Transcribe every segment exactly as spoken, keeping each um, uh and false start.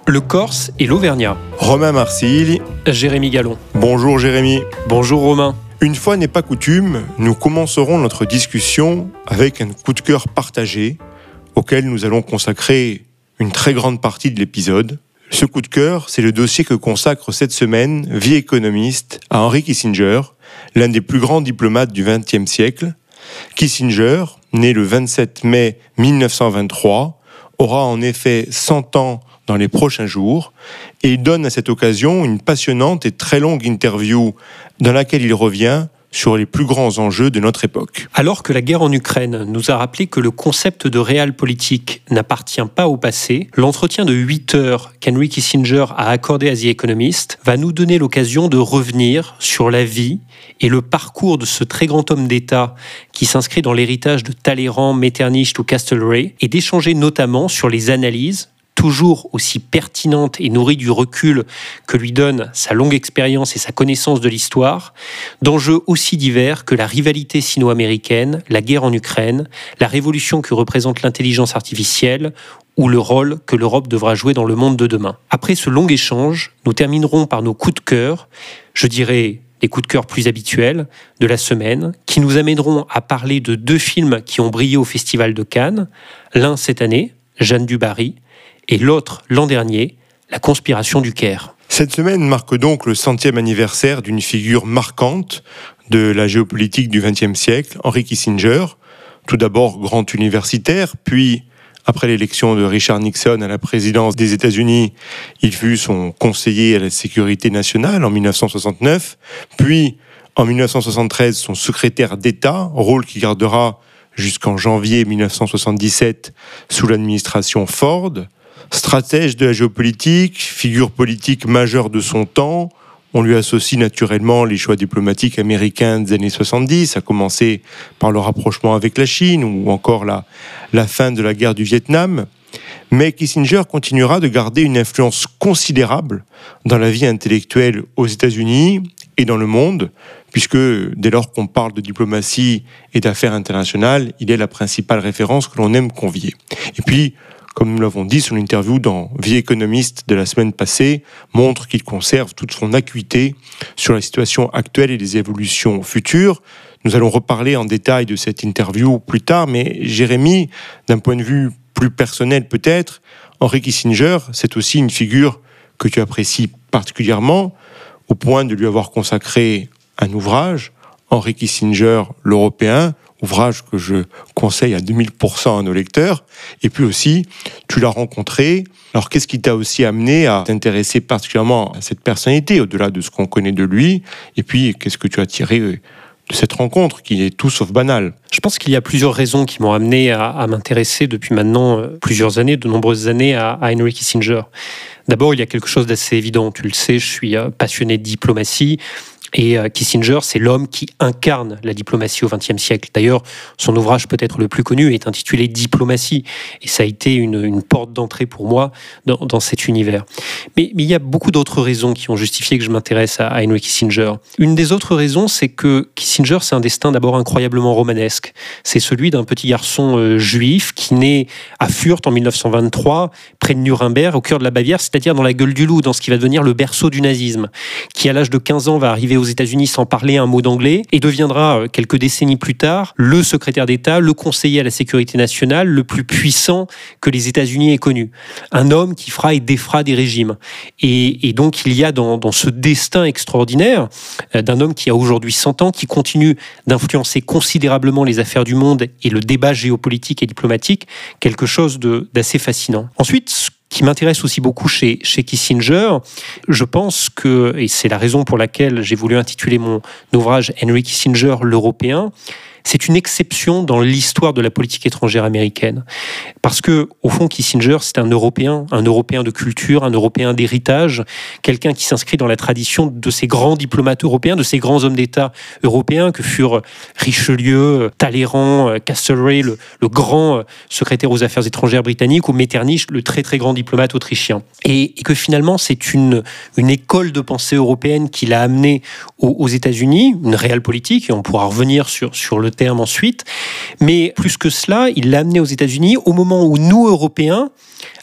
le Corse et l'Auvergnat. Romain Marsilli. Jérémy Gallon. Bonjour Jérémy. Bonjour Romain. Une fois n'est pas coutume, nous commencerons notre discussion avec un coup de cœur partagé auquel nous allons consacrer une très grande partie de l'épisode. Ce coup de cœur, c'est le dossier que consacre cette semaine Vie économiste à Henry Kissinger, l'un des plus grands diplomates du vingtième siècle. Kissinger, né le vingt-sept mai mille neuf cent vingt-trois, aura en effet cent ans dans les prochains jours, et il donne à cette occasion une passionnante et très longue interview dans laquelle il revient sur les plus grands enjeux de notre époque. Alors que la guerre en Ukraine nous a rappelé que le concept de realpolitik n'appartient pas au passé, l'entretien de huit heures qu'Henry Kissinger a accordé à The Economist va nous donner l'occasion de revenir sur la vie et le parcours de ce très grand homme d'État qui s'inscrit dans l'héritage de Talleyrand, Metternich ou Castlereagh, et d'échanger notamment sur les analyses toujours aussi pertinente et nourrie du recul que lui donne sa longue expérience et sa connaissance de l'histoire, d'enjeux aussi divers que la rivalité sino-américaine, la guerre en Ukraine, la révolution que représente l'intelligence artificielle ou le rôle que l'Europe devra jouer dans le monde de demain. Après ce long échange, nous terminerons par nos coups de cœur, je dirais les coups de cœur plus habituels de la semaine, qui nous amèneront à parler de deux films qui ont brillé au Festival de Cannes, l'un cette année, Jeanne du Barry, et l'autre, l'an dernier, la conspiration du Caire. Cette semaine marque donc le centième anniversaire d'une figure marquante de la géopolitique du vingtième siècle, Henry Kissinger. Tout d'abord grand universitaire, puis, après l'élection de Richard Nixon à la présidence des États-Unis, il fut son conseiller à la sécurité nationale en mille neuf cent soixante-neuf, puis, en mille neuf cent soixante-treize, son secrétaire d'État, rôle qu'il gardera jusqu'en janvier mille neuf cent soixante-dix-sept sous l'administration Ford. Stratège de la géopolitique, figure politique majeure de son temps, on lui associe naturellement les choix diplomatiques américains des années soixante-dix, à commencer par le rapprochement avec la Chine ou encore la, la fin de la guerre du Vietnam. Mais Kissinger continuera de garder une influence considérable dans la vie intellectuelle aux États-Unis et dans le monde, puisque dès lors qu'on parle de diplomatie et d'affaires internationales, il est la principale référence que l'on aime convier. Et puis, comme nous l'avons dit, son interview dans Vie économiste de la semaine passée montre qu'il conserve toute son acuité sur la situation actuelle et les évolutions futures. Nous allons reparler en détail de cette interview plus tard, mais Jérémy, d'un point de vue plus personnel peut-être, Henry Kissinger, c'est aussi une figure que tu apprécies particulièrement, au point de lui avoir consacré un ouvrage, Henry Kissinger, l'Européen, ouvrage que je conseille à deux mille pour cent à nos lecteurs. Et puis aussi, tu l'as rencontré. Alors, qu'est-ce qui t'a aussi amené à t'intéresser particulièrement à cette personnalité, au-delà de ce qu'on connaît de lui? Et puis, qu'est-ce que tu as tiré de cette rencontre, qui est tout sauf banale? Je pense qu'il y a plusieurs raisons qui m'ont amené à, à m'intéresser depuis maintenant euh, plusieurs années, de nombreuses années, à, à Henry Kissinger. D'abord, il y a quelque chose d'assez évident. Tu le sais, je suis euh, passionné de diplomatie. Et Kissinger, c'est l'homme qui incarne la diplomatie au vingtième siècle. D'ailleurs, son ouvrage peut-être le plus connu est intitulé « Diplomatie ». Et ça a été une, une porte d'entrée pour moi dans, dans cet univers. Mais, mais il y a beaucoup d'autres raisons qui ont justifié que je m'intéresse à, à Henry Kissinger. Une des autres raisons, c'est que Kissinger, c'est un destin d'abord incroyablement romanesque. C'est celui d'un petit garçon euh, juif qui naît à Fürth en mille neuf cent vingt-trois, près de Nuremberg, au cœur de la Bavière, c'est-à-dire dans la gueule du loup, dans ce qui va devenir le berceau du nazisme, qui à l'âge de quinze ans va arriver aux États-Unis sans parler un mot d'anglais et deviendra quelques décennies plus tard le secrétaire d'État, le conseiller à la sécurité nationale le plus puissant que les États-Unis aient connu. Un homme qui fera et défera des régimes. Et, et donc il y a dans, dans ce destin extraordinaire euh, d'un homme qui a aujourd'hui cent ans, qui continue d'influencer considérablement les affaires du monde et le débat géopolitique et diplomatique, quelque chose de, d'assez fascinant. Ensuite, ce qui m'intéresse aussi beaucoup chez, chez Kissinger, je pense que, et c'est la raison pour laquelle j'ai voulu intituler mon ouvrage Henry Kissinger, l'Européen, c'est une exception dans l'histoire de la politique étrangère américaine. Parce que, au fond, Kissinger, c'est un Européen, un Européen de culture, un Européen d'héritage, quelqu'un qui s'inscrit dans la tradition de ces grands diplomates européens, de ces grands hommes d'État européens que furent Richelieu, Talleyrand, Castlereagh, le, le grand secrétaire aux affaires étrangères britannique, ou Metternich, le très très grand diplomate autrichien. Et, et que finalement, c'est une, une école de pensée européenne qui l'a amené aux, aux États-Unis, une réelle politique, et on pourra revenir sur, sur le terme ensuite, mais plus que cela, il l'a amené aux États-Unis au moment où nous, Européens,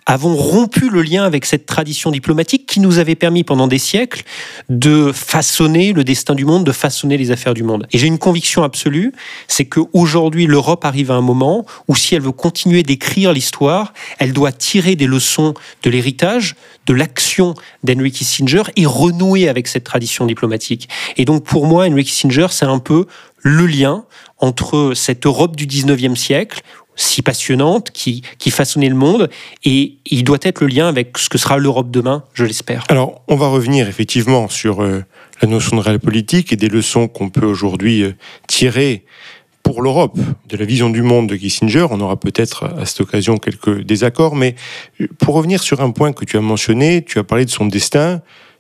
avons rompu le lien avec cette tradition diplomatique qui nous avait permis pendant des siècles de façonner le destin du monde, de façonner les affaires du monde. Et j'ai une conviction absolue, c'est qu'aujourd'hui, l'Europe arrive à un moment où si elle veut continuer d'écrire l'histoire, elle doit tirer des leçons de l'héritage, de l'action d'Henry Kissinger et renouer avec cette tradition diplomatique. Et donc pour moi, Henry Kissinger, c'est un peu le lien entre cette Europe du dix-neuvième siècle, si passionnante, qui, qui façonnait le monde, et il doit être le lien avec ce que sera l'Europe demain, je l'espère. Alors, on va revenir effectivement sur euh, la notion de réel politique et des leçons qu'on peut aujourd'hui euh, tirer pour l'Europe, de la vision du monde de Kissinger. On aura peut-être à cette occasion quelques désaccords, mais pour revenir sur un point que tu as mentionné, tu as parlé de son destin,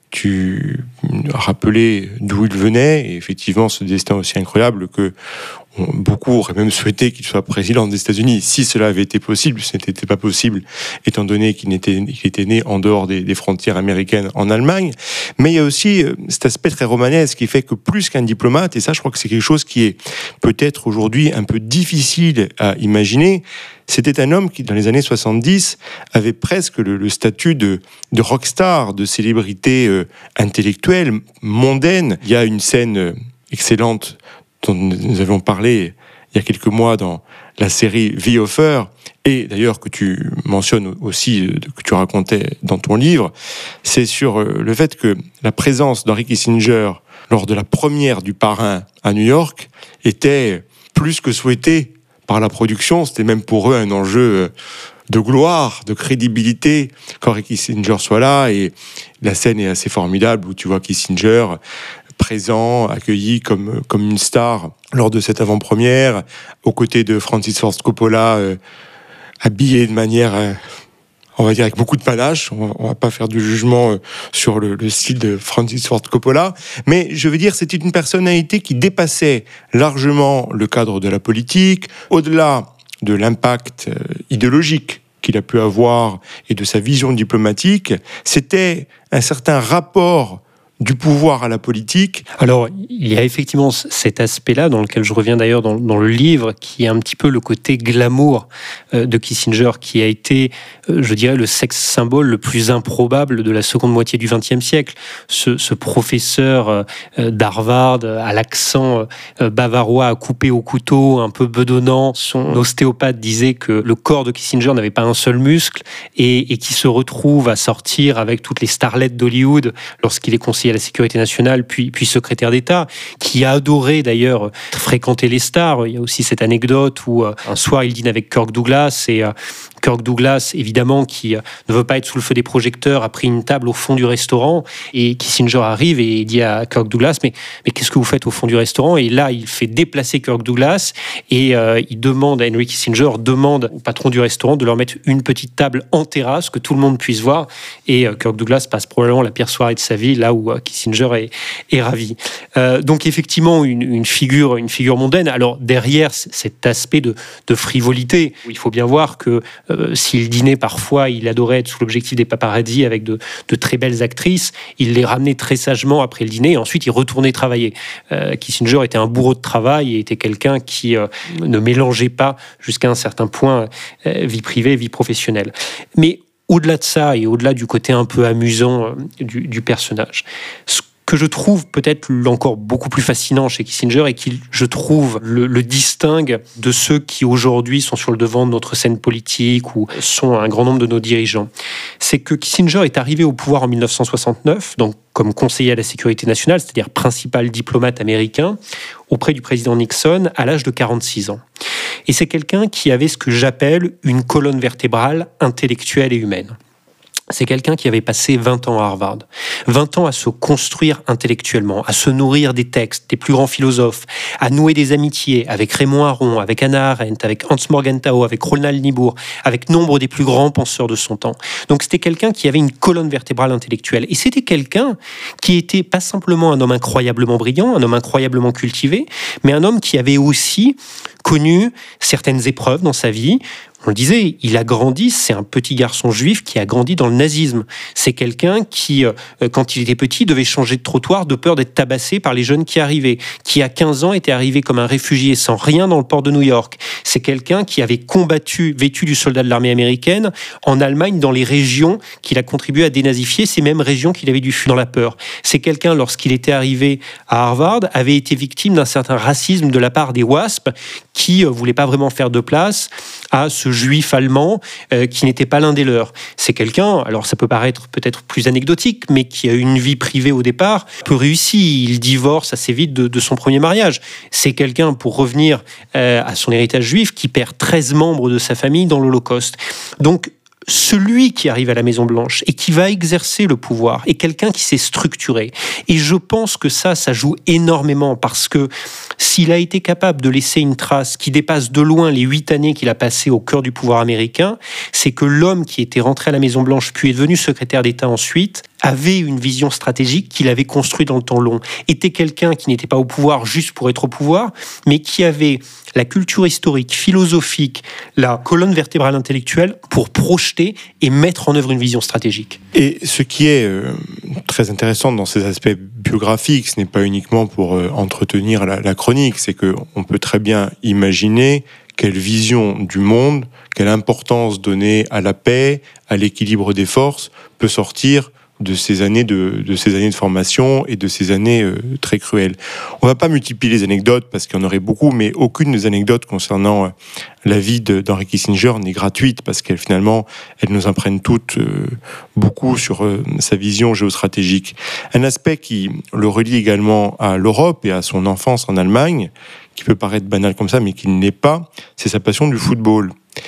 tu as rappelé d'où il venait, et effectivement ce destin aussi incroyable que beaucoup auraient même souhaité qu'il soit président des États-Unis. Si cela avait été possible, ce n'était pas possible, étant donné qu'il était, qu'il était né en dehors des, des frontières américaines en Allemagne. Mais il y a aussi cet aspect très romanesque qui fait que plus qu'un diplomate, et ça je crois que c'est quelque chose qui est peut-être aujourd'hui un peu difficile à imaginer, c'était un homme qui, dans les années soixante-dix, avait presque le, le statut de, de rockstar, de célébrité euh, intellectuelle, mondaine. Il y a une scène euh, excellente dont nous avons parlé il y a quelques mois dans la série The Offer, et d'ailleurs que tu mentionnes aussi, que tu racontais dans ton livre, c'est sur le fait que la présence d'Henry Kissinger lors de la première du Parrain à New York était plus que souhaitée par la production. C'était même pour eux un enjeu de gloire, de crédibilité, qu'Henry Kissinger soit là, et la scène est assez formidable où tu vois Kissinger présent, accueilli comme, comme une star lors de cette avant-première, aux côtés de Francis Ford Coppola, euh, habillé de manière, euh, on va dire, avec beaucoup de panache. On va, on va pas faire du jugement euh, sur le, le style de Francis Ford Coppola, mais je veux dire, c'était une personnalité qui dépassait largement le cadre de la politique, au-delà de l'impact euh, idéologique qu'il a pu avoir et de sa vision diplomatique. C'était un certain rapport du pouvoir à la politique. Alors, il y a effectivement cet aspect-là, dans lequel je reviens d'ailleurs dans, dans le livre, qui est un petit peu le côté glamour euh, de Kissinger, qui a été, euh, je dirais, le sexe symbole le plus improbable de la seconde moitié du vingtième siècle. Ce, ce professeur euh, d'Harvard, à l'accent euh, bavarois, à couper au couteau, un peu bedonnant, son ostéopathe disait que le corps de Kissinger n'avait pas un seul muscle, et, et qui se retrouve à sortir avec toutes les starlettes d'Hollywood lorsqu'il est conseiller à la sécurité nationale, puis, puis secrétaire d'État, qui a adoré d'ailleurs fréquenter les stars. Il y a aussi cette anecdote où euh, un soir il dîne avec Kirk Douglas, et euh, Kirk Douglas, évidemment, qui euh, ne veut pas être sous le feu des projecteurs, a pris une table au fond du restaurant, et Kissinger arrive et dit à Kirk Douglas, mais, mais qu'est-ce que vous faites au fond du restaurant? Et là, il fait déplacer Kirk Douglas, et euh, il demande à Henry Kissinger, demande au patron du restaurant de leur mettre une petite table en terrasse, que tout le monde puisse voir, et euh, Kirk Douglas passe probablement la pire soirée de sa vie, là où euh, Kissinger est, est ravi. Euh, donc effectivement, une, une, figure, une figure mondaine. Alors derrière cet aspect de, de frivolité, il faut bien voir que euh, s'il dînait parfois, il adorait être sous l'objectif des paparazzi avec de, de très belles actrices, il les ramenait très sagement après le dîner, et ensuite il retournait travailler. Euh, Kissinger était un bourreau de travail et était quelqu'un qui euh, ne mélangeait pas jusqu'à un certain point euh, vie privée et vie professionnelle. Mais au-delà de ça, et au-delà du côté un peu amusant euh, du, du personnage, ce que je trouve peut-être encore beaucoup plus fascinant chez Kissinger, et qui, je trouve, le, le distingue de ceux qui aujourd'hui sont sur le devant de notre scène politique ou sont un grand nombre de nos dirigeants, c'est que Kissinger est arrivé au pouvoir en mille neuf cent soixante-neuf, donc comme conseiller à la sécurité nationale, c'est-à-dire principal diplomate américain, auprès du président Nixon à l'âge de quarante-six ans. Et c'est quelqu'un qui avait ce que j'appelle une colonne vertébrale intellectuelle et humaine. C'est quelqu'un qui avait passé vingt ans à Harvard, vingt ans à se construire intellectuellement, à se nourrir des textes des plus grands philosophes, à nouer des amitiés avec Raymond Aron, avec Hannah Arendt, avec Hans Morgenthau, avec Ronald Niebuhr, avec nombre des plus grands penseurs de son temps. Donc c'était quelqu'un qui avait une colonne vertébrale intellectuelle. Et c'était quelqu'un qui était pas simplement un homme incroyablement brillant, un homme incroyablement cultivé, mais un homme qui avait aussi connu certaines épreuves dans sa vie. on le disait, il a grandi, c'est un petit garçon juif qui a grandi dans le nazisme. C'est quelqu'un qui, euh, quand il était petit, devait changer de trottoir de peur d'être tabassé par les jeunes qui arrivaient, qui à quinze ans était arrivé comme un réfugié sans rien dans le port de New York. C'est quelqu'un qui avait combattu, vêtu du soldat de l'armée américaine, en Allemagne, dans les régions qu'il a contribué à dénazifier, ces mêmes régions qu'il avait dû fuir dans la peur. C'est quelqu'un, lorsqu'il était arrivé à Harvard, avait été victime d'un certain racisme de la part des WASP, qui ne euh, voulaient pas vraiment faire de place à ce juif allemand euh, qui n'était pas l'un des leurs. C'est quelqu'un, alors ça peut paraître peut-être plus anecdotique, mais qui a eu une vie privée au départ, peu réussie. Il divorce assez vite de, de son premier mariage. C'est quelqu'un, pour revenir euh, à son héritage juif, qui perd treize membres de sa famille dans l'Holocauste. Donc, celui qui arrive à la Maison-Blanche et qui va exercer le pouvoir est quelqu'un qui s'est structuré. Et je pense que ça, ça joue énormément, parce que s'il a été capable de laisser une trace qui dépasse de loin les huit années qu'il a passées au cœur du pouvoir américain, c'est que l'homme qui était rentré à la Maison-Blanche puis est devenu secrétaire d'État ensuite avait une vision stratégique qu'il avait construite dans le temps long, était quelqu'un qui n'était pas au pouvoir juste pour être au pouvoir, mais qui avait la culture historique, philosophique, la colonne vertébrale intellectuelle pour projeter et mettre en œuvre une vision stratégique. Et ce qui est euh, très intéressant dans ces aspects biographiques, ce n'est pas uniquement pour euh, entretenir la, la chronique, c'est qu'on peut très bien imaginer quelle vision du monde, quelle importance donnée à la paix, à l'équilibre des forces peut sortir de ces années de, de ces années de formation et de ces années euh, très cruelles. On va pas multiplier les anecdotes parce qu'il y en aurait beaucoup, mais aucune des anecdotes concernant euh, la vie de, d'Henry Kissinger n'est gratuite, parce qu'elles finalement elles nous imprègnent toutes euh, beaucoup sur euh, sa vision géostratégique. Un aspect qui le relie également à l'Europe et à son enfance en Allemagne, qui peut paraître banal comme ça, mais qui ne l'est pas, c'est sa passion du football.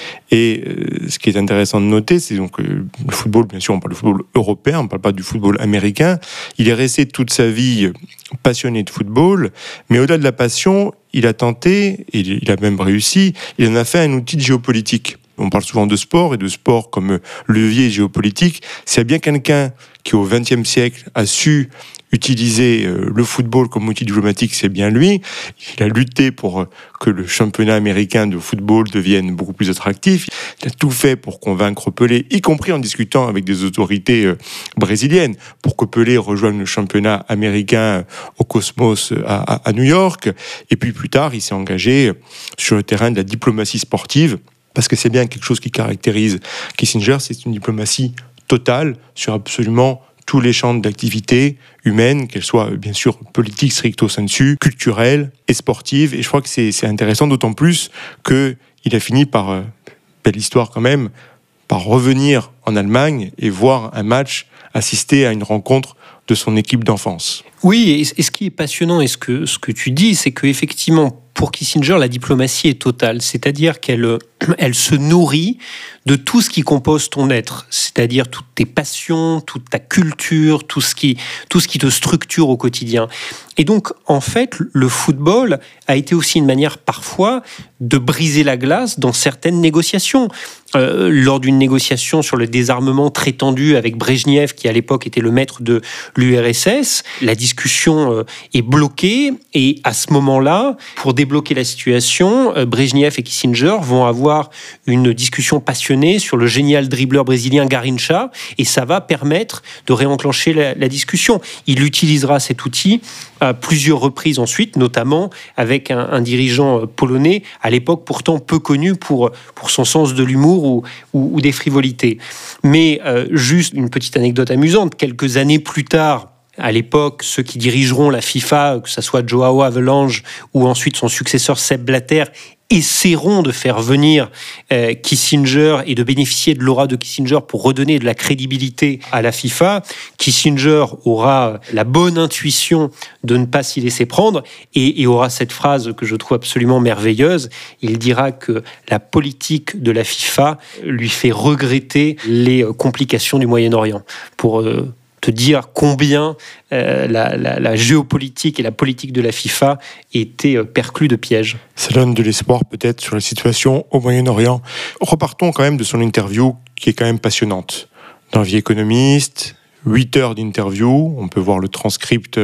Et euh, ce qui est intéressant de noter, c'est donc euh, le football, bien sûr, on parle du football européen, on ne parle pas du football américain. Il est resté toute sa vie passionné de football, mais au-delà de la passion, il a tenté, et il a même réussi, il en a fait un outil de géopolitique. On parle souvent de sport, et de sport comme levier géopolitique. S'il y a bien quelqu'un qui, au vingtième siècle, a su utiliser le football comme outil diplomatique, c'est bien lui. Il a lutté pour que le championnat américain de football devienne beaucoup plus attractif. Il a tout fait pour convaincre Pelé, y compris en discutant avec des autorités brésiliennes, pour que Pelé rejoigne le championnat américain au Cosmos à, à New York. Et puis plus tard, il s'est engagé sur le terrain de la diplomatie sportive, parce que c'est bien quelque chose qui caractérise Kissinger, c'est une diplomatie totale sur absolument tous les champs d'activité humaine, qu'elles soient bien sûr politiques stricto sensu, culturelles et sportives. Et je crois que c'est, c'est intéressant, d'autant plus qu'il a fini par, euh, belle histoire quand même, par revenir en Allemagne et voir un match, assister à une rencontre de son équipe d'enfance. Oui, et ce qui est passionnant, et ce que, ce que tu dis, c'est qu'effectivement, pour Kissinger, la diplomatie est totale, c'est-à-dire qu'elle elle se nourrit de tout ce qui compose ton être, c'est-à-dire toutes tes passions, toute ta culture, tout ce qui, tout ce qui te structure au quotidien. Et donc, en fait, le football a été aussi une manière parfois de briser la glace dans certaines négociations. Euh, lors d'une négociation sur le désarmement très tendue avec Brejnev, qui à l'époque était le maître de l'U R S S, la discussion euh, est bloquée, et à ce moment-là, pour débloquer la situation, euh, Brejnev et Kissinger vont avoir une discussion passionnée sur le génial dribbleur brésilien Garrincha, et ça va permettre de réenclencher la, la discussion. Il utilisera cet outil à plusieurs reprises ensuite, notamment avec un, un dirigeant polonais, à l'époque pourtant peu connu pour, pour son sens de l'humour ou, ou, ou des frivolités. Mais euh, juste une petite anecdote amusante, quelques années plus tard, à l'époque, ceux qui dirigeront la FIFA, que ce soit Joao Havelange ou ensuite son successeur Sepp Blatter, essaieront de faire venir euh, Kissinger et de bénéficier de l'aura de Kissinger pour redonner de la crédibilité à la FIFA. Kissinger aura la bonne intuition de ne pas s'y laisser prendre et, et aura cette phrase que je trouve absolument merveilleuse. Il dira que la politique de la FIFA lui fait regretter les complications du Moyen-Orient. Pour euh, te dire combien euh, la, la, la géopolitique et la politique de la FIFA étaient euh, perclues de pièges. Ça donne de l'espoir peut-être sur la situation au Moyen-Orient. Repartons quand même de son interview qui est quand même passionnante. Dans Vie économiste, huit heures d'interview, on peut voir le transcript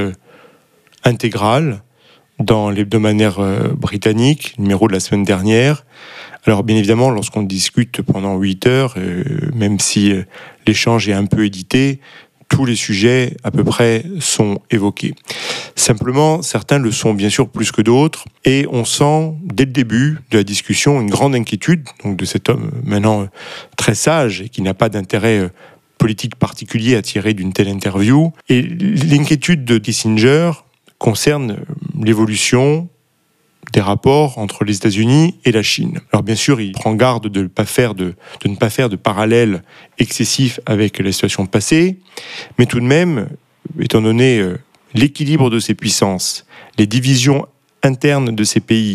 intégral dans l'hebdomadaire britannique, numéro de la semaine dernière, Alors bien évidemment, lorsqu'on discute pendant huit heures, euh, même si euh, l'échange est un peu édité, tous les sujets à peu près sont évoqués. Simplement, certains le sont bien sûr plus que d'autres, et on sent dès le début de la discussion une grande inquiétude donc de cet homme maintenant très sage et qui n'a pas d'intérêt politique particulier à tirer d'une telle interview. Et l'inquiétude de Kissinger concerne l'évolution des rapports entre les États-Unis et la Chine. Alors bien sûr, il prend garde de ne pas faire de, de ne pas faire de parallèles excessifs avec la situation passée, mais tout de même, étant donné euh, l'équilibre de ces puissances, les divisions internes de ces pays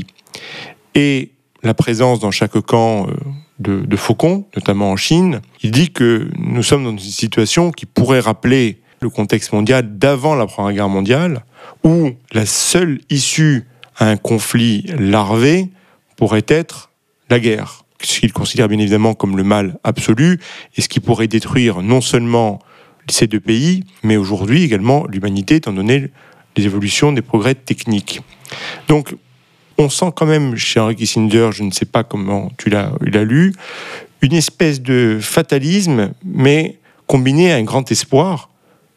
et la présence dans chaque camp euh, de, de faucons, notamment en Chine, il dit que nous sommes dans une situation qui pourrait rappeler le contexte mondial d'avant la Première Guerre mondiale, où la seule issue à un conflit larvé pourrait être la guerre, ce qu'il considère bien évidemment comme le mal absolu, et ce qui pourrait détruire non seulement ces deux pays, mais aujourd'hui également l'humanité, étant donné les évolutions des progrès techniques. Donc, on sent quand même chez Henry Kissinger, je ne sais pas comment tu l'as, l'as lu, une espèce de fatalisme, mais combiné à un grand espoir,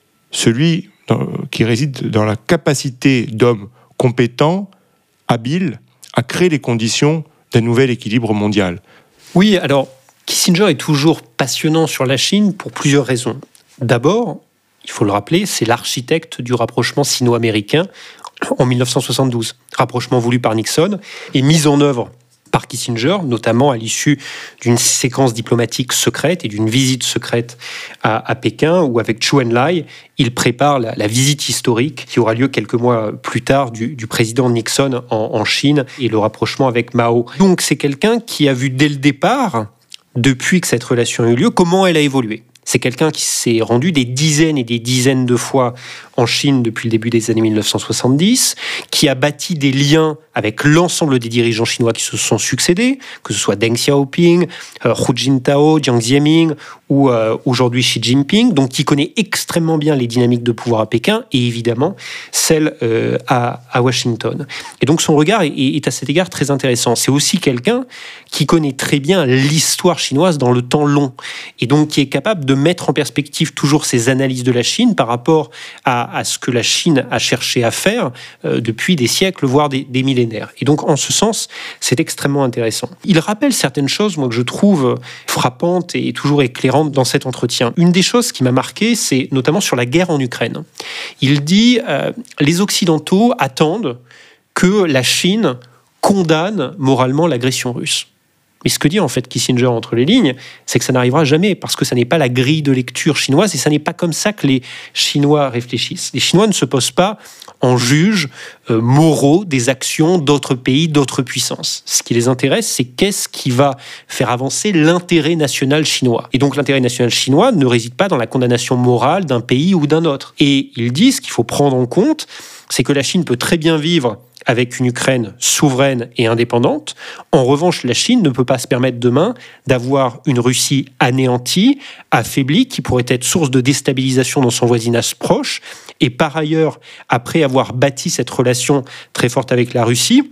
celui dans, qui réside dans la capacité d'hommes compétents, habiles, à créer les conditions d'un nouvel équilibre mondial. Oui, alors Kissinger est toujours passionnant sur la Chine pour plusieurs raisons. D'abord, il faut le rappeler, c'est l'architecte du rapprochement sino-américain en dix-neuf cent soixante-douze. Rapprochement voulu par Nixon et mis en œuvre par Kissinger, notamment à l'issue d'une séquence diplomatique secrète et d'une visite secrète à, à Pékin, où avec Zhou Enlai, il prépare la, la visite historique qui aura lieu quelques mois plus tard du, du président Nixon en, en Chine et le rapprochement avec Mao. Donc c'est quelqu'un qui a vu dès le départ, depuis que cette relation a eu lieu, comment elle a évolué. C'est quelqu'un qui s'est rendu des dizaines et des dizaines de fois en Chine depuis le début des années dix-neuf cent soixante-dix, qui a bâti des liens avec l'ensemble des dirigeants chinois qui se sont succédés, que ce soit Deng Xiaoping, euh, Hu Jintao, Jiang Zemin ou euh, aujourd'hui Xi Jinping, donc qui connaît extrêmement bien les dynamiques de pouvoir à Pékin et évidemment celles euh, à, à Washington. Et donc son regard est, est à cet égard très intéressant. C'est aussi quelqu'un qui connaît très bien l'histoire chinoise dans le temps long et donc qui est capable de mettre en perspective toujours ses analyses de la Chine par rapport à, à ce que la Chine a cherché à faire euh, depuis des siècles, voire des, des millénaires. Et donc, en ce sens, c'est extrêmement intéressant. Il rappelle certaines choses, moi, que je trouve frappantes et toujours éclairantes dans cet entretien. Une des choses qui m'a marqué, c'est notamment sur la guerre en Ukraine. Il dit euh, « Les Occidentaux attendent que la Chine condamne moralement l'agression russe ». Mais ce que dit en fait Kissinger entre les lignes, c'est que ça n'arrivera jamais, parce que ça n'est pas la grille de lecture chinoise, et ça n'est pas comme ça que les Chinois réfléchissent. Les Chinois ne se posent pas en juges euh, moraux des actions d'autres pays, d'autres puissances. Ce qui les intéresse, c'est qu'est-ce qui va faire avancer l'intérêt national chinois. Et donc l'intérêt national chinois ne réside pas dans la condamnation morale d'un pays ou d'un autre. Et ils disent qu'il faut prendre en compte, c'est que la Chine peut très bien vivre avec une Ukraine souveraine et indépendante. En revanche, la Chine ne peut pas se permettre demain d'avoir une Russie anéantie, affaiblie, qui pourrait être source de déstabilisation dans son voisinage proche. Et par ailleurs, après avoir bâti cette relation très forte avec la Russie,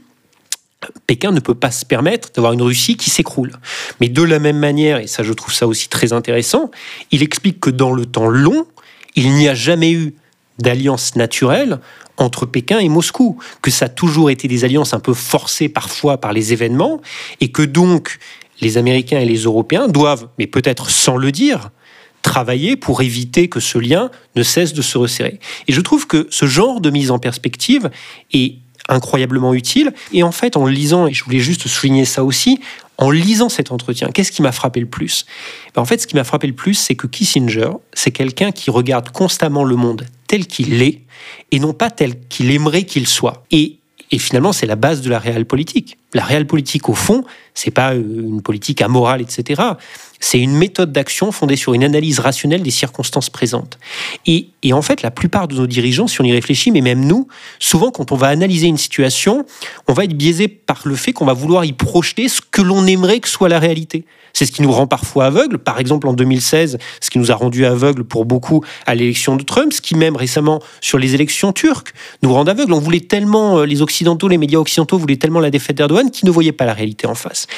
Pékin ne peut pas se permettre d'avoir une Russie qui s'écroule. Mais de la même manière, et ça je trouve ça aussi très intéressant, il explique que dans le temps long, il n'y a jamais eu d'alliance naturelle entre Pékin et Moscou, que ça a toujours été des alliances un peu forcées parfois par les événements, et que donc les Américains et les Européens doivent, mais peut-être sans le dire, travailler pour éviter que ce lien ne cesse de se resserrer. Et je trouve que ce genre de mise en perspective est incroyablement utile, et en fait, en lisant, et je voulais juste souligner ça aussi, en lisant cet entretien, qu'est-ce qui m'a frappé le plus ? Ben en fait, ce qui m'a frappé le plus, c'est que Kissinger, c'est quelqu'un qui regarde constamment le monde tel qu'il est, et non pas tel qu'il aimerait qu'il soit. Et, et finalement, c'est la base de la réelle politique. La réelle politique, au fond, c'est pas une politique amorale, et cetera. C'est une méthode d'action fondée sur une analyse rationnelle des circonstances présentes. Et, et en fait, la plupart de nos dirigeants, si on y réfléchit, mais même nous, souvent, quand on va analyser une situation, on va être biaisé par le fait qu'on va vouloir y projeter ce que l'on aimerait que soit la réalité. C'est ce qui nous rend parfois aveugles. Par exemple, en deux mille seize, ce qui nous a rendus aveugles pour beaucoup à l'élection de Trump, ce qui même récemment sur les élections turques nous rend aveugles. On voulait tellement, les Occidentaux, les médias occidentaux voulaient tellement la défaite d'Erdogan qu'ils ne voyaient pas la réalité en face.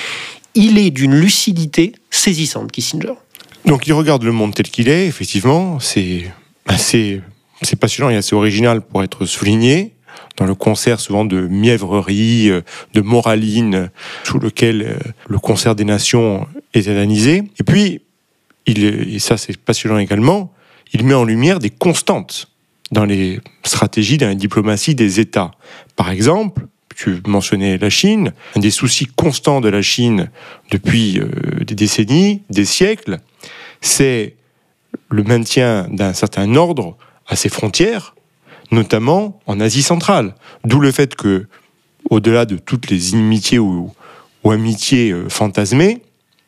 il est d'une lucidité saisissante, Kissinger. Donc il regarde le monde tel qu'il est, effectivement, c'est assez, c'est passionnant et assez original pour être souligné, dans le concert souvent de mièvrerie, de moraline, sous lequel le concert des nations est analysé. Et puis, il, et ça c'est passionnant également, il met en lumière des constantes dans les stratégies, dans la diplomatie des États. Par exemple, tu mentionnais la Chine, un des soucis constants de la Chine depuis euh, des décennies, des siècles, c'est le maintien d'un certain ordre à ses frontières, notamment en Asie centrale. D'où le fait que, au-delà de toutes les inimitiés ou, ou amitiés euh, fantasmées,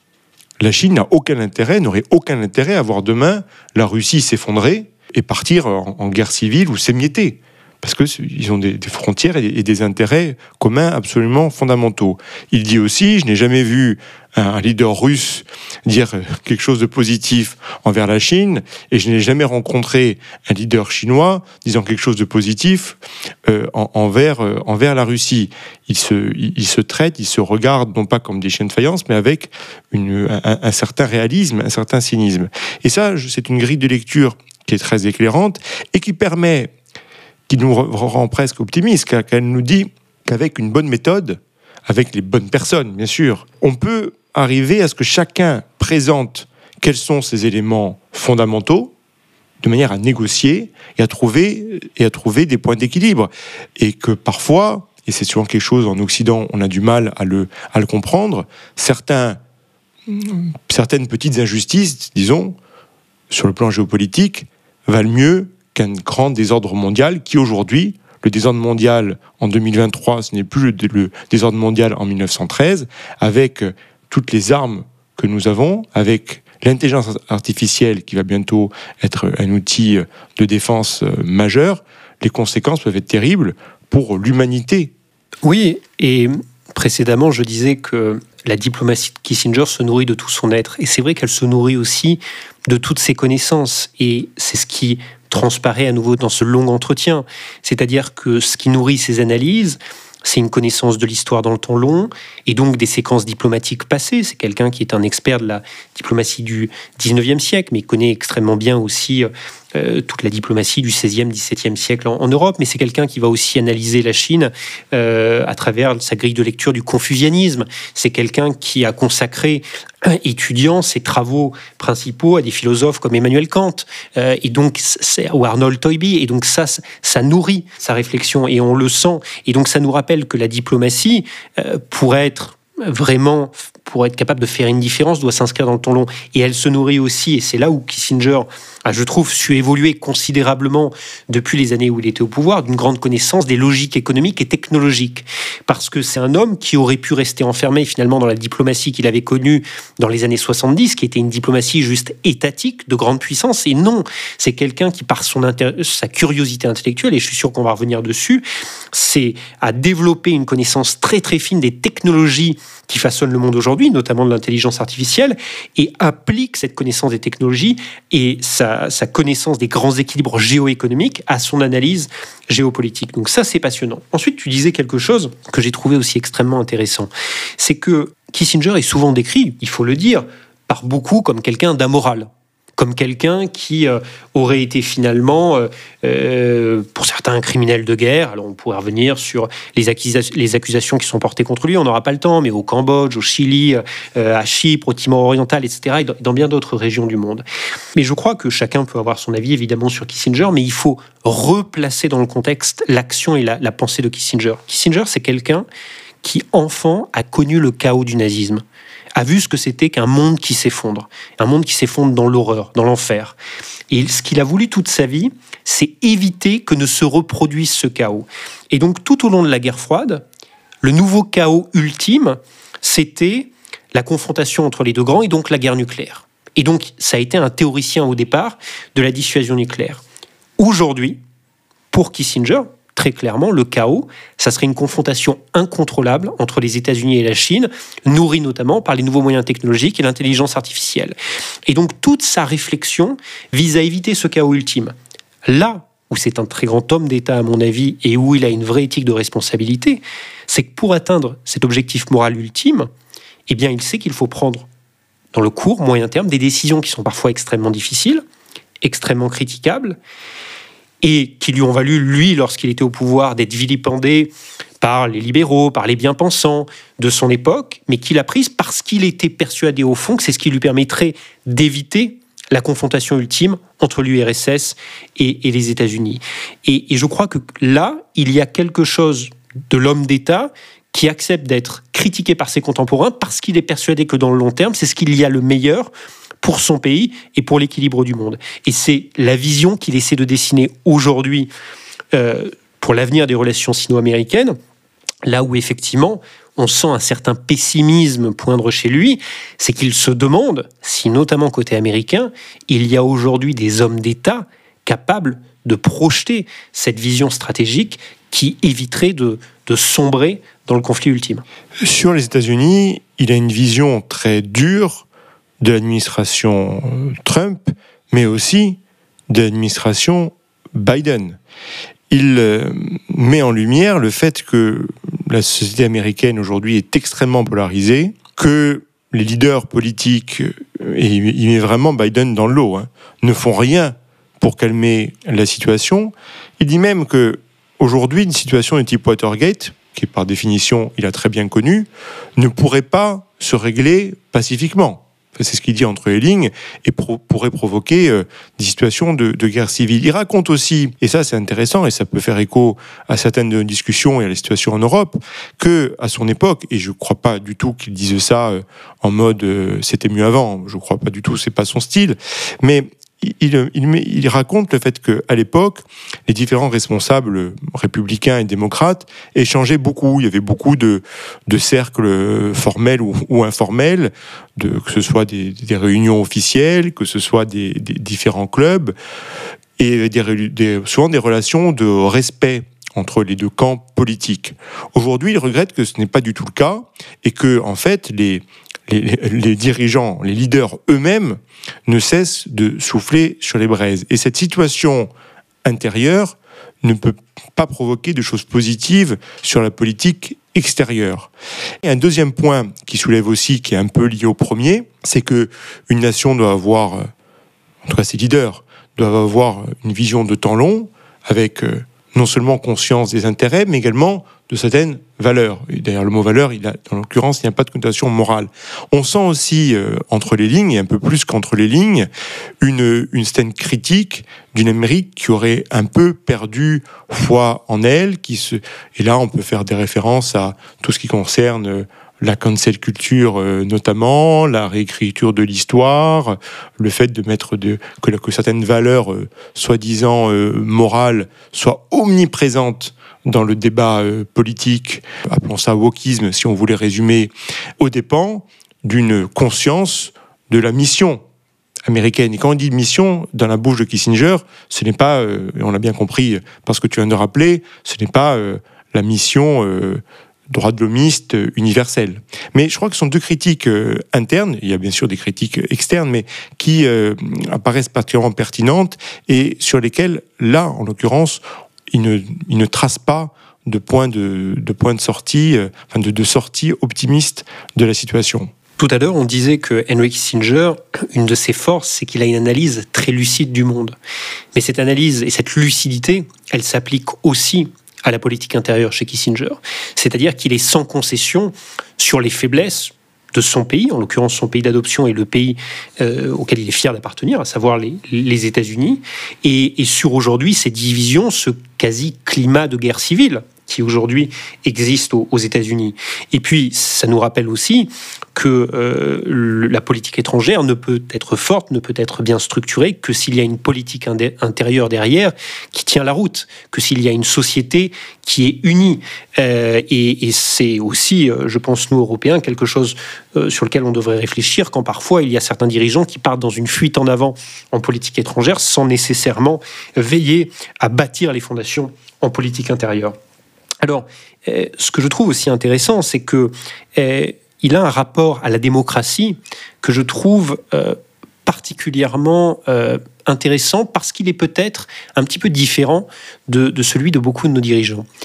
la Chine n'a aucun intérêt, n'aurait aucun intérêt à voir demain la Russie s'effondrer et partir en, en guerre civile ou s'émietter. Parce qu'ils ont des, des frontières et des, et des intérêts communs absolument fondamentaux. Il dit aussi, je n'ai jamais vu un, un leader russe dire quelque chose de positif envers la Chine, et je n'ai jamais rencontré un leader chinois disant quelque chose de positif euh, en, envers, euh, envers la Russie. Ils se, ils, ils se traitent, ils se regardent, non pas comme des chiens de faïence, mais avec une, un, un certain réalisme, un certain cynisme. Et ça, c'est une grille de lecture qui est très éclairante et qui permet... qui nous rend presque optimistes, car elle nous dit qu'avec une bonne méthode, avec les bonnes personnes, bien sûr, on peut arriver à ce que chacun présente quels sont ces éléments fondamentaux, de manière à négocier et à trouver, et à trouver des points d'équilibre. Et que parfois, et c'est souvent quelque chose en Occident, on a du mal à le, à le comprendre, certains, certaines petites injustices, disons, sur le plan géopolitique, valent mieux qu'un grand désordre mondial qui aujourd'hui, le désordre mondial en deux mille vingt-trois, ce n'est plus le, le désordre mondial en mille neuf cent treize, avec toutes les armes que nous avons, avec l'intelligence artificielle qui va bientôt être un outil de défense majeur, les conséquences peuvent être terribles pour l'humanité. Oui, et précédemment, je disais que la diplomatie de Kissinger se nourrit de tout son être. Et c'est vrai qu'elle se nourrit aussi de toutes ses connaissances. Et c'est ce qui transparaît à nouveau dans ce long entretien. C'est-à-dire que ce qui nourrit ses analyses, c'est une connaissance de l'histoire dans le temps long, et donc des séquences diplomatiques passées. C'est quelqu'un qui est un expert de la diplomatie du dix-neuvième siècle, mais il connaît extrêmement bien aussi euh, toute la diplomatie du seizième, dix-septième siècle en, en Europe. Mais c'est quelqu'un qui va aussi analyser la Chine euh, à travers sa grille de lecture du confucianisme. C'est quelqu'un qui a consacré, euh, étudiant, ses travaux principaux à des philosophes comme Emmanuel Kant, euh, et donc c'est, ou Arnold Toynbee. Et donc ça, ça nourrit sa réflexion, et on le sent. Et donc ça nous rappelle que la diplomatie, euh, pour être vraiment, pour être capable de faire une différence, doit s'inscrire dans le temps long. Et elle se nourrit aussi, et c'est là où Kissinger a, je trouve, su évoluer considérablement depuis les années où il était au pouvoir, d'une grande connaissance des logiques économiques et technologiques. Parce que c'est un homme qui aurait pu rester enfermé finalement dans la diplomatie qu'il avait connue dans les années soixante-dix, qui était une diplomatie juste étatique, de grande puissance. Et non, c'est quelqu'un qui, par son inter- sa curiosité intellectuelle, et je suis sûr qu'on va revenir dessus, c'est à développer une connaissance très très fine des technologies qui façonnent le monde aujourd'hui, notamment de l'intelligence artificielle, et applique cette connaissance des technologies et sa, sa connaissance des grands équilibres géoéconomiques à son analyse géopolitique. Donc ça, c'est passionnant. Ensuite, tu disais quelque chose que j'ai trouvé aussi extrêmement intéressant. C'est que Kissinger est souvent décrit, il faut le dire, par beaucoup comme quelqu'un d'amoral, comme quelqu'un qui euh, aurait été finalement, euh, euh, pour certains, un criminel de guerre. Alors on pourrait revenir sur les, accusa- les accusations qui sont portées contre lui, on n'aura pas le temps, mais au Cambodge, au Chili, euh, à Chypre, au Timor oriental, et cetera, et dans, dans bien d'autres régions du monde. Mais je crois que chacun peut avoir son avis, évidemment, sur Kissinger, mais il faut replacer dans le contexte l'action et la, la pensée de Kissinger. Kissinger, c'est quelqu'un qui, enfant, a connu le chaos du nazisme, a vu ce que c'était qu'un monde qui s'effondre, un monde qui s'effondre dans l'horreur, dans l'enfer. Et ce qu'il a voulu toute sa vie, c'est éviter que ne se reproduise ce chaos. Et donc, tout au long de la guerre froide, le nouveau chaos ultime, c'était la confrontation entre les deux grands et donc la guerre nucléaire. Et donc, ça a été un théoricien au départ de la dissuasion nucléaire. Aujourd'hui, pour Kissinger, très clairement, le chaos, ça serait une confrontation incontrôlable entre les États-Unis et la Chine, nourrie notamment par les nouveaux moyens technologiques et l'intelligence artificielle. Et donc, toute sa réflexion vise à éviter ce chaos ultime. Là où c'est un très grand homme d'État, à mon avis, et où il a une vraie éthique de responsabilité, c'est que pour atteindre cet objectif moral ultime, eh bien, il sait qu'il faut prendre, dans le court, moyen terme, des décisions qui sont parfois extrêmement difficiles, extrêmement critiquables, et qui lui ont valu, lui, lorsqu'il était au pouvoir, d'être vilipendé par les libéraux, par les bien-pensants de son époque, mais qu'il a prise parce qu'il était persuadé, au fond, que c'est ce qui lui permettrait d'éviter la confrontation ultime entre l'U R S S et, et les États-Unis. Et, et je crois que là, il y a quelque chose de l'homme d'État qui accepte d'être critiqué par ses contemporains parce qu'il est persuadé que dans le long terme, c'est ce qu'il y a le meilleur pour son pays et pour l'équilibre du monde. Et c'est la vision qu'il essaie de dessiner aujourd'hui euh, pour l'avenir des relations sino-américaines, là où effectivement on sent un certain pessimisme poindre chez lui, c'est qu'il se demande si, notamment côté américain, il y a aujourd'hui des hommes d'État capables de projeter cette vision stratégique qui éviterait de, de sombrer dans le conflit ultime. Sur les États-Unis, il a une vision très dure de l'administration Trump, mais aussi de l'administration Biden. Il met en lumière le fait que la société américaine aujourd'hui est extrêmement polarisée, que les leaders politiques, et il met vraiment Biden dans le lot, hein, ne font rien pour calmer la situation. Il dit même que aujourd'hui, une situation de type Watergate, qui par définition il a très bien connu, ne pourrait pas se régler pacifiquement. Enfin, c'est ce qu'il dit entre les lignes, et pro- pourrait provoquer euh, des situations de, de guerre civile. Il raconte aussi, et ça c'est intéressant, et ça peut faire écho à certaines discussions et à la situation en Europe, que à son époque, et je ne crois pas du tout qu'il dise ça euh, en mode euh, c'était mieux avant, je ne crois pas du tout, c'est pas son style, mais Il, il, il raconte le fait qu'à l'époque, les différents responsables républicains et démocrates échangeaient beaucoup. Il y avait beaucoup de, de cercles formels ou, ou informels, de, que ce soit des, des réunions officielles, que ce soit des, des différents clubs, et des, des, souvent des relations de respect entre les deux camps politiques. Aujourd'hui, il regrette que ce n'est pas du tout le cas, et que, en fait, les Les, les dirigeants, les leaders eux-mêmes ne cessent de souffler sur les braises. Et cette situation intérieure ne peut pas provoquer de choses positives sur la politique extérieure. Et un deuxième point qui soulève aussi, qui est un peu lié au premier, c'est qu'une nation doit avoir, en tout cas ses leaders, doivent avoir une vision de temps long, avec non seulement conscience des intérêts, mais également de certaines valeurs. Et d'ailleurs, le mot valeur, il a, dans l'occurrence, il n'y a pas de connotation morale. On sent aussi, euh, entre les lignes, et un peu plus qu'entre les lignes, une, une certaine critique d'une Amérique qui aurait un peu perdu foi en elle. Qui se... Et là, on peut faire des références à tout ce qui concerne la cancel culture, euh, notamment, la réécriture de l'histoire, le fait de mettre de, que, que certaines valeurs, euh, soi-disant euh, morales, soient omniprésentes dans le débat euh, politique, appelons ça wokisme, si on voulait résumer, aux dépens d'une conscience de la mission américaine. Et quand on dit mission, dans la bouche de Kissinger, ce n'est pas, euh, on l'a bien compris, parce que tu viens de rappeler, ce n'est pas euh, la mission euh, droit de l'homiste universelle. Mais je crois que ce sont deux critiques euh, internes, il y a bien sûr des critiques externes, mais qui euh, apparaissent particulièrement pertinentes et sur lesquelles, là, en l'occurrence, il ne, il ne trace pas de point de, de, point de sortie, euh, enfin de, de sortie optimiste de la situation. Tout à l'heure, on disait que Henry Kissinger, une de ses forces, c'est qu'il a une analyse très lucide du monde. Mais cette analyse et cette lucidité, elle s'applique aussi à la politique intérieure chez Kissinger. C'est-à-dire qu'il est sans concession sur les faiblesses de son pays, en l'occurrence son pays d'adoption et le pays euh, auquel il est fier d'appartenir, à savoir les, les États-Unis, et, et sur aujourd'hui ces divisions, ce quasi-climat de guerre civile qui aujourd'hui existe aux, aux États-Unis. Et puis, ça nous rappelle aussi que euh, le, la politique étrangère ne peut être forte, ne peut être bien structurée que s'il y a une politique indé- intérieure derrière qui tient la route, que s'il y a une société qui est unie. Euh, et, et c'est aussi, euh, je pense, nous, Européens, quelque chose euh, sur lequel on devrait réfléchir quand parfois il y a certains dirigeants qui partent dans une fuite en avant en politique étrangère sans nécessairement veiller à bâtir les fondations en politique intérieure. Alors, euh, ce que je trouve aussi intéressant, c'est que euh, il a un rapport à la démocratie que je trouve euh, particulièrement euh, intéressant parce qu'il est peut-être un petit peu différent de, de celui de beaucoup de nos dirigeants.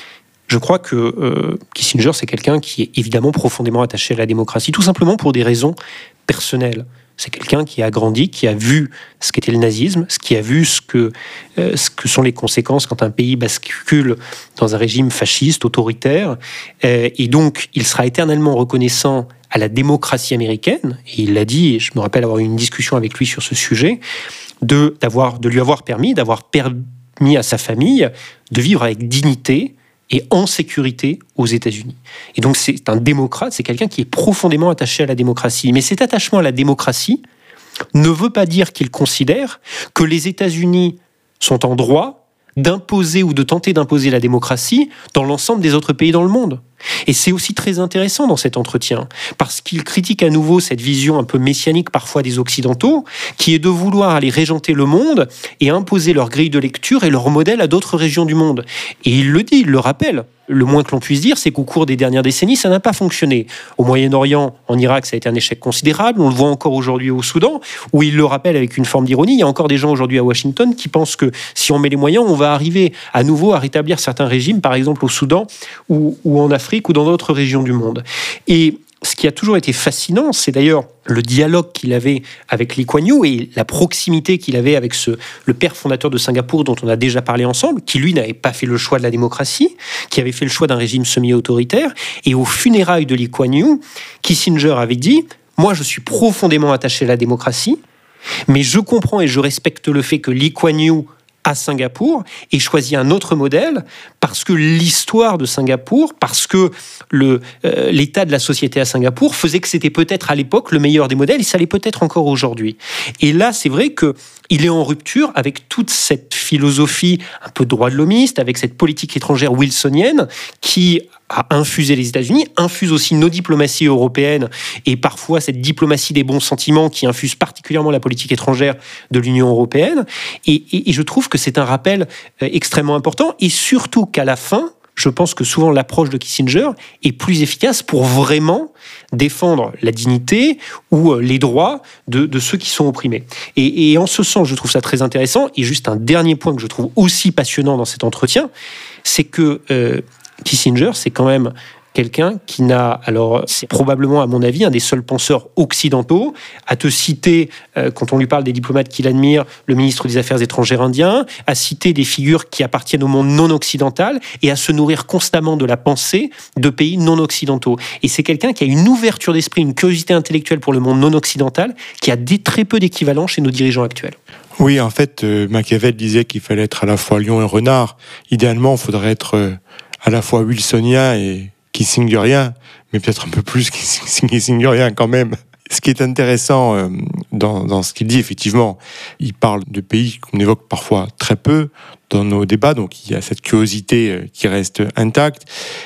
Je crois que euh, Kissinger, c'est quelqu'un qui est évidemment profondément attaché à la démocratie, tout simplement pour des raisons personnelles. C'est quelqu'un qui a grandi, qui a vu ce qu'était le nazisme, ce qui a vu ce que, euh, ce que sont les conséquences quand un pays bascule dans un régime fasciste, autoritaire. Euh, et donc, il sera éternellement reconnaissant à la démocratie américaine. Et il l'a dit, et je me rappelle avoir eu une discussion avec lui sur ce sujet, de, d'avoir, de lui avoir permis, d'avoir permis à sa famille de vivre avec dignité et en sécurité aux États-Unis. Et donc c'est un démocrate, c'est quelqu'un qui est profondément attaché à la démocratie. Mais cet attachement à la démocratie ne veut pas dire qu'il considère que les États-Unis sont en droit d'imposer ou de tenter d'imposer la démocratie dans l'ensemble des autres pays dans le monde. Et c'est aussi très intéressant dans cet entretien, parce qu'il critique à nouveau cette vision un peu messianique parfois des Occidentaux, qui est de vouloir aller régenter le monde et imposer leur grille de lecture et leur modèle à d'autres régions du monde. Et il le dit, il le rappelle. Le moins que l'on puisse dire, c'est qu'au cours des dernières décennies, ça n'a pas fonctionné. Au Moyen-Orient, en Irak, ça a été un échec considérable. On le voit encore aujourd'hui au Soudan, où il le rappelle avec une forme d'ironie. Il y a encore des gens aujourd'hui à Washington qui pensent que si on met les moyens, on va arriver à nouveau à rétablir certains régimes, par exemple au Soudan ou, ou en Afrique ou dans d'autres régions du monde. Et ce qui a toujours été fascinant, c'est d'ailleurs le dialogue qu'il avait avec Lee Kuan Yew et la proximité qu'il avait avec ce, le père fondateur de Singapour dont on a déjà parlé ensemble, qui lui n'avait pas fait le choix de la démocratie, qui avait fait le choix d'un régime semi-autoritaire. Et aux funérailles de Lee Kuan Yew, Kissinger avait dit « Moi, je suis profondément attaché à la démocratie, mais je comprends et je respecte le fait que Lee Kuan Yew à Singapour et choisi un autre modèle parce que l'histoire de Singapour, parce que le, euh, l'état de la société à Singapour faisait que c'était peut-être à l'époque le meilleur des modèles et ça l'est peut-être encore aujourd'hui. Et là, c'est vrai qu'il est en rupture avec toute cette philosophie un peu droit de l'homiste, avec cette politique étrangère wilsonienne qui a infusé les États-Unis, infuse aussi nos diplomaties européennes et parfois cette diplomatie des bons sentiments qui infuse particulièrement la politique étrangère de l'Union européenne. Et, et, et je trouve que c'est un rappel extrêmement important et surtout qu'à la fin, je pense que souvent l'approche de Kissinger est plus efficace pour vraiment défendre la dignité ou les droits de, de ceux qui sont opprimés. Et, et en ce sens, je trouve ça très intéressant. Et juste un dernier point que je trouve aussi passionnant dans cet entretien, c'est que euh, Kissinger, c'est quand même quelqu'un qui n'a, alors c'est probablement à mon avis un des seuls penseurs occidentaux à te citer, euh, quand on lui parle des diplomates qu'il admire, le ministre des Affaires étrangères indien, à citer des figures qui appartiennent au monde non occidental et à se nourrir constamment de la pensée de pays non occidentaux. Et c'est quelqu'un qui a une ouverture d'esprit, une curiosité intellectuelle pour le monde non occidental qui a des, très peu d'équivalent chez nos dirigeants actuels. Oui, en fait, euh, Machiavel disait qu'il fallait être à la fois lion et renard. Idéalement, il faudrait être euh, à la fois wilsonien et kissingerien, mais peut-être un peu plus kissingerien quand même. Ce qui est intéressant euh, dans, dans ce qu'il dit, effectivement, il parle de pays qu'on évoque parfois très peu dans nos débats, donc il y a cette curiosité euh, qui reste intacte.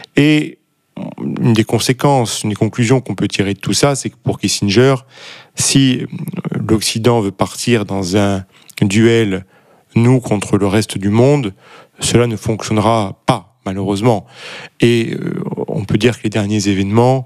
Et une des conséquences, une des conclusions qu'on peut tirer de tout ça, c'est que pour Kissinger, si l'Occident veut partir dans un duel, nous contre le reste du monde, cela ne fonctionnera pas, malheureusement. Et euh, on peut dire que les derniers événements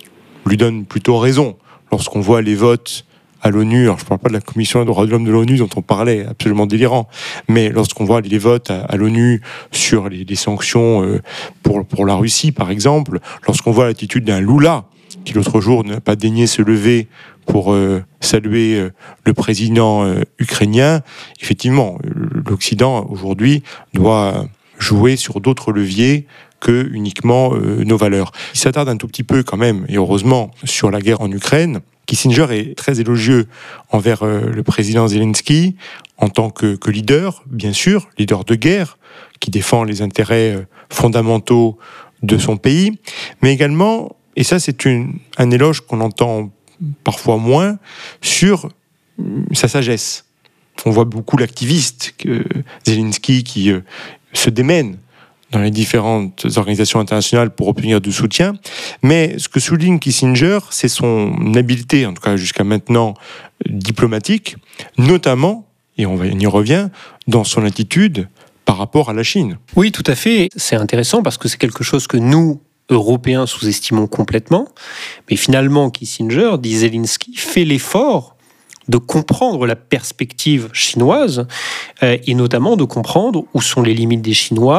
lui donnent plutôt raison. Lorsqu'on voit les votes à l'ONU, alors je ne parle pas de la Commission des droits de l'homme de l'ONU dont on parlait, absolument délirant, mais lorsqu'on voit les votes à, à l'ONU sur les, les sanctions euh, pour, pour la Russie, par exemple, lorsqu'on voit l'attitude d'un Lula, qui l'autre jour n'a pas daigné se lever pour euh, saluer euh, le président euh, ukrainien, effectivement, l'Occident, aujourd'hui, doit jouer sur d'autres leviers que uniquement euh, nos valeurs. Il s'attarde un tout petit peu quand même, et heureusement, sur la guerre en Ukraine. Kissinger est très élogieux envers euh, le président Zelensky en tant que, que leader, bien sûr, leader de guerre, qui défend les intérêts euh, fondamentaux de son pays, mais également, et ça c'est une, un éloge qu'on entend parfois moins, sur euh, sa sagesse. On voit beaucoup l'activiste que Zelensky qui euh, se démène dans les différentes organisations internationales pour obtenir du soutien. Mais ce que souligne Kissinger, c'est son habileté, en tout cas jusqu'à maintenant, diplomatique, notamment, et on y revient, dans son attitude par rapport à la Chine. Oui, tout à fait. C'est intéressant parce que c'est quelque chose que nous, Européens, sous-estimons complètement. Mais finalement, Kissinger, dit Zelensky, fait l'effort de comprendre la perspective chinoise euh, et notamment de comprendre où sont les limites des Chinois,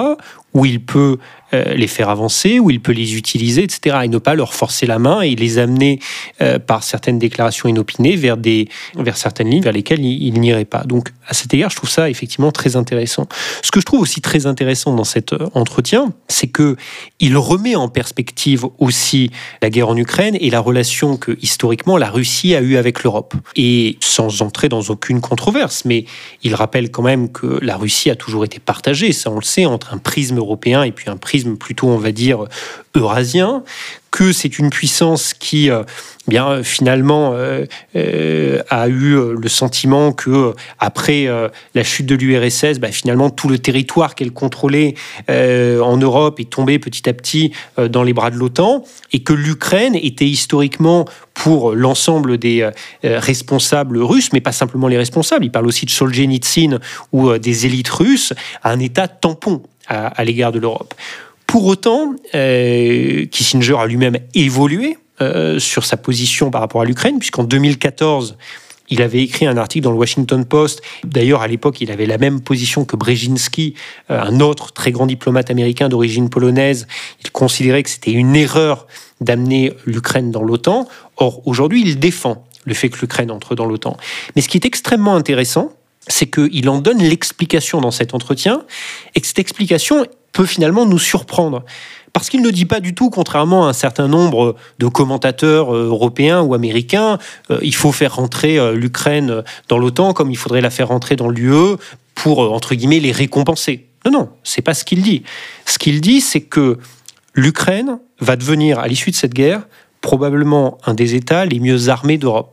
où il peut euh, les faire avancer, où il peut les utiliser, et cetera. Et ne pas leur forcer la main et les amener euh, par certaines déclarations inopinées vers, des, vers certaines lignes vers lesquelles il, il n'irait pas. Donc, à cet égard, je trouve ça effectivement très intéressant. Ce que je trouve aussi très intéressant dans cet entretien, c'est qu'il remet en perspective aussi la guerre en Ukraine et la relation que, historiquement, la Russie a eue avec l'Europe. Et sans entrer dans aucune controverse, mais il rappelle quand même que la Russie a toujours été partagée, ça on le sait, entre un prisme européen et puis un prisme plutôt, on va dire, eurasien, que c'est une puissance qui, euh, bien, finalement, euh, euh, a eu le sentiment que, euh, après euh, la chute de l'U R S S, bah, finalement, tout le territoire qu'elle contrôlait euh, en Europe est tombé petit à petit euh, dans les bras de l'OTAN, et que l'Ukraine était historiquement, pour l'ensemble des euh, responsables russes, mais pas simplement les responsables, il parle aussi de Solzhenitsyn ou euh, des élites russes, un État tampon à, à l'égard de l'Europe. Pour autant, euh, Kissinger a lui-même évolué euh, sur sa position par rapport à l'Ukraine, puisqu'en deux mille quatorze, il avait écrit un article dans le Washington Post. D'ailleurs, à l'époque, il avait la même position que Brzezinski, euh, un autre très grand diplomate américain d'origine polonaise. Il considérait que c'était une erreur d'amener l'Ukraine dans l'OTAN. Or, aujourd'hui, il défend le fait que l'Ukraine entre dans l'OTAN. Mais ce qui est extrêmement intéressant, c'est qu'il en donne l'explication dans cet entretien, et que cette explication peut finalement nous surprendre. Parce qu'il ne dit pas du tout, contrairement à un certain nombre de commentateurs européens ou américains, euh, il faut faire rentrer euh, l'Ukraine dans l'OTAN comme il faudrait la faire rentrer dans l'U E pour, euh, entre guillemets, les récompenser. Non, non, c'est pas ce qu'il dit. Ce qu'il dit, c'est que l'Ukraine va devenir, à l'issue de cette guerre, probablement un des États les mieux armés d'Europe.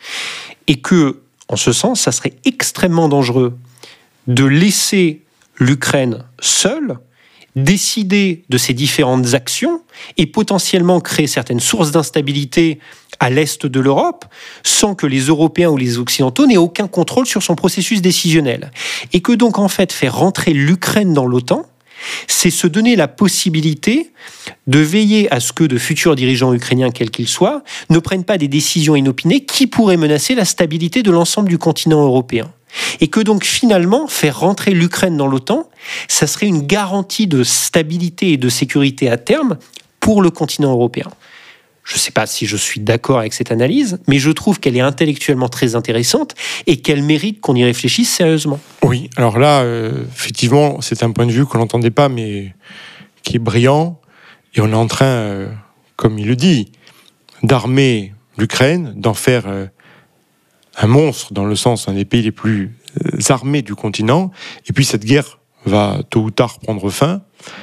Et que, en ce sens, ça serait extrêmement dangereux de laisser l'Ukraine seule décider de ses différentes actions et potentiellement créer certaines sources d'instabilité à l'est de l'Europe sans que les Européens ou les Occidentaux n'aient aucun contrôle sur son processus décisionnel. Et que donc, en fait, faire rentrer l'Ukraine dans l'OTAN, c'est se donner la possibilité de veiller à ce que de futurs dirigeants ukrainiens, quels qu'ils soient, ne prennent pas des décisions inopinées qui pourraient menacer la stabilité de l'ensemble du continent européen. Et que donc finalement, faire rentrer l'Ukraine dans l'OTAN, ça serait une garantie de stabilité et de sécurité à terme pour le continent européen. Je ne sais pas si je suis d'accord avec cette analyse, mais je trouve qu'elle est intellectuellement très intéressante et qu'elle mérite qu'on y réfléchisse sérieusement. Oui, alors là, euh, effectivement, c'est un point de vue qu'on n'entendait pas, mais qui est brillant. Et on est en train, euh, comme il le dit, d'armer l'Ukraine, d'en faire euh, un monstre, dans le sens un des pays les plus euh, armés du continent. Et puis cette guerre va tôt ou tard prendre fin.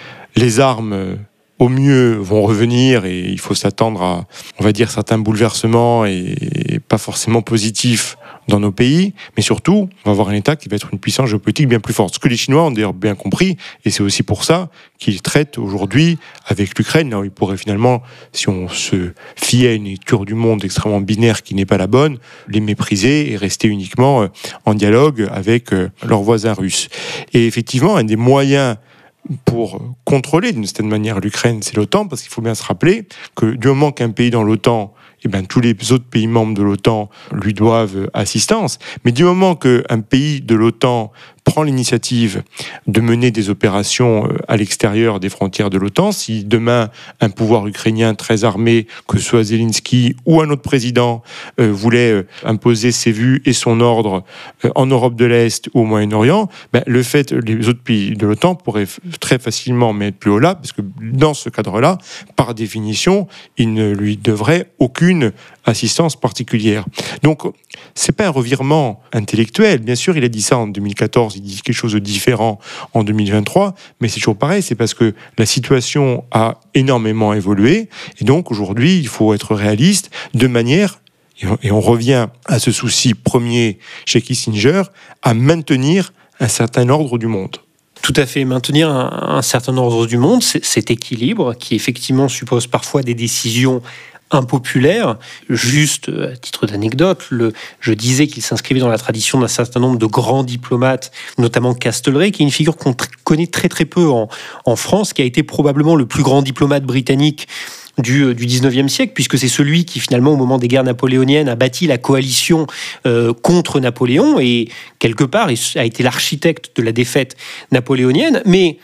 Les armes, euh, au mieux, vont revenir et il faut s'attendre à, on va dire, certains bouleversements et, et pas forcément positifs dans nos pays. Mais surtout, on va avoir un État qui va être une puissance géopolitique bien plus forte. Ce que les Chinois ont d'ailleurs bien compris, et c'est aussi pour ça qu'ils traitent aujourd'hui avec l'Ukraine. Là où ils pourraient finalement, si on se fiait à une lecture du monde extrêmement binaire qui n'est pas la bonne, les mépriser et rester uniquement en dialogue avec leurs voisins russes. Et effectivement, un des moyens pour contrôler d'une certaine manière l'Ukraine, c'est l'OTAN, parce qu'il faut bien se rappeler que du moment qu'un pays dans l'OTAN, eh bien, tous les autres pays membres de l'OTAN lui doivent assistance. Mais du moment qu'un pays de l'OTAN prend l'initiative de mener des opérations à l'extérieur des frontières de l'OTAN, si demain un pouvoir ukrainien très armé, que ce soit Zelensky ou un autre président, euh, voulait euh, imposer ses vues et son ordre euh, en Europe de l'Est ou au Moyen-Orient, ben, le fait, les autres pays de l'OTAN pourraient f- très facilement mettre plus haut là, parce que dans ce cadre-là, par définition, il ne lui devrait aucune assistance particulière. Donc, c'est pas un revirement intellectuel. Bien sûr, il a dit ça en deux mille quatorze, il dit quelque chose de différent en deux mille vingt-trois, mais c'est toujours pareil, c'est parce que la situation a énormément évolué, et donc aujourd'hui, il faut être réaliste de manière, et on revient à ce souci premier chez Kissinger, à maintenir un certain ordre du monde. Tout à fait. Maintenir un, un certain ordre du monde, c'est, cet équilibre qui effectivement suppose parfois des décisions impopulaire. Juste à titre d'anecdote, le, je disais qu'il s'inscrivait dans la tradition d'un certain nombre de grands diplomates, notamment Castlereagh, qui est une figure qu'on tr- connaît très très peu en, en France, qui a été probablement le plus grand diplomate britannique du, du dix-neuvième siècle, puisque c'est celui qui, finalement, au moment des guerres napoléoniennes, a bâti la coalition euh, contre Napoléon, et quelque part, a été l'architecte de la défaite napoléonienne, mais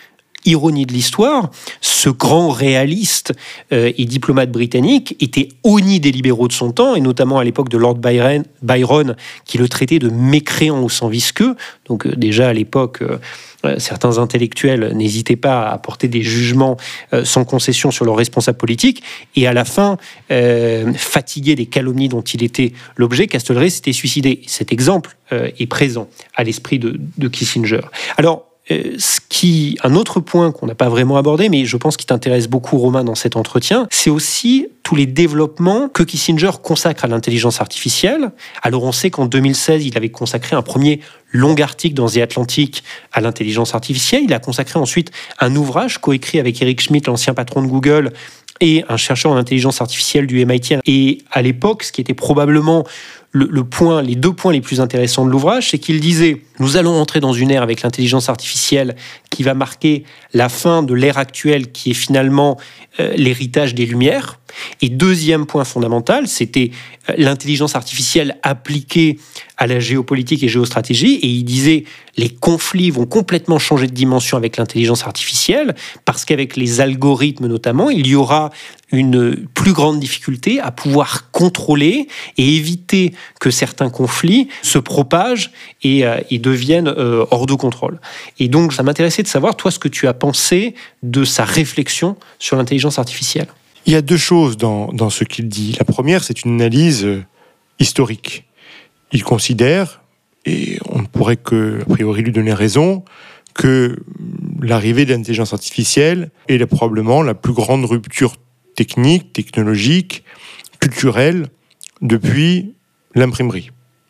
ironie de l'histoire, ce grand réaliste euh, et diplomate britannique était honni des libéraux de son temps, et notamment à l'époque de Lord Byron, Byron qui le traitait de mécréant au sang visqueux. Donc euh, déjà à l'époque, euh, certains intellectuels n'hésitaient pas à porter des jugements euh, sans concession sur leurs responsables politiques, et à la fin, euh, fatigué des calomnies dont il était l'objet, Castlereagh s'était suicidé. Cet exemple euh, est présent à l'esprit de, de Kissinger. Alors, Euh, ce qui, un autre point qu'on n'a pas vraiment abordé, mais je pense qui t'intéresse beaucoup, Romain, dans cet entretien, c'est aussi tous les développements que Kissinger consacre à l'intelligence artificielle. Alors on sait qu'en deux mille seize, il avait consacré un premier long article dans The Atlantic à l'intelligence artificielle. Il a consacré ensuite un ouvrage coécrit avec Eric Schmidt, l'ancien patron de Google, et un chercheur en intelligence artificielle du M I T. Et à l'époque, ce qui était probablement le, le point, les deux points les plus intéressants de l'ouvrage, c'est qu'il disait « Nous allons entrer dans une ère avec l'intelligence artificielle qui va marquer la fin de l'ère actuelle, qui est finalement euh, l'héritage des Lumières. » Et deuxième point fondamental, c'était euh, l'intelligence artificielle appliquée à la géopolitique et géostratégie. Et il disait « Les conflits vont complètement changer de dimension avec l'intelligence artificielle, parce qu'avec les algorithmes notamment, il y aura une plus grande difficulté à pouvoir contrôler et éviter que certains conflits se propagent et, euh, et deviennent euh, hors de contrôle. » Et donc, ça m'intéressait de savoir, toi, ce que tu as pensé de sa réflexion sur l'intelligence artificielle. Il y a deux choses dans, dans ce qu'il dit. La première, c'est une analyse euh, historique. Il considère, et on ne pourrait que, a priori, lui donner raison, que l'arrivée de l'intelligence artificielle est probablement la plus grande rupture technique, technologique, culturelle depuis l'imprimerie.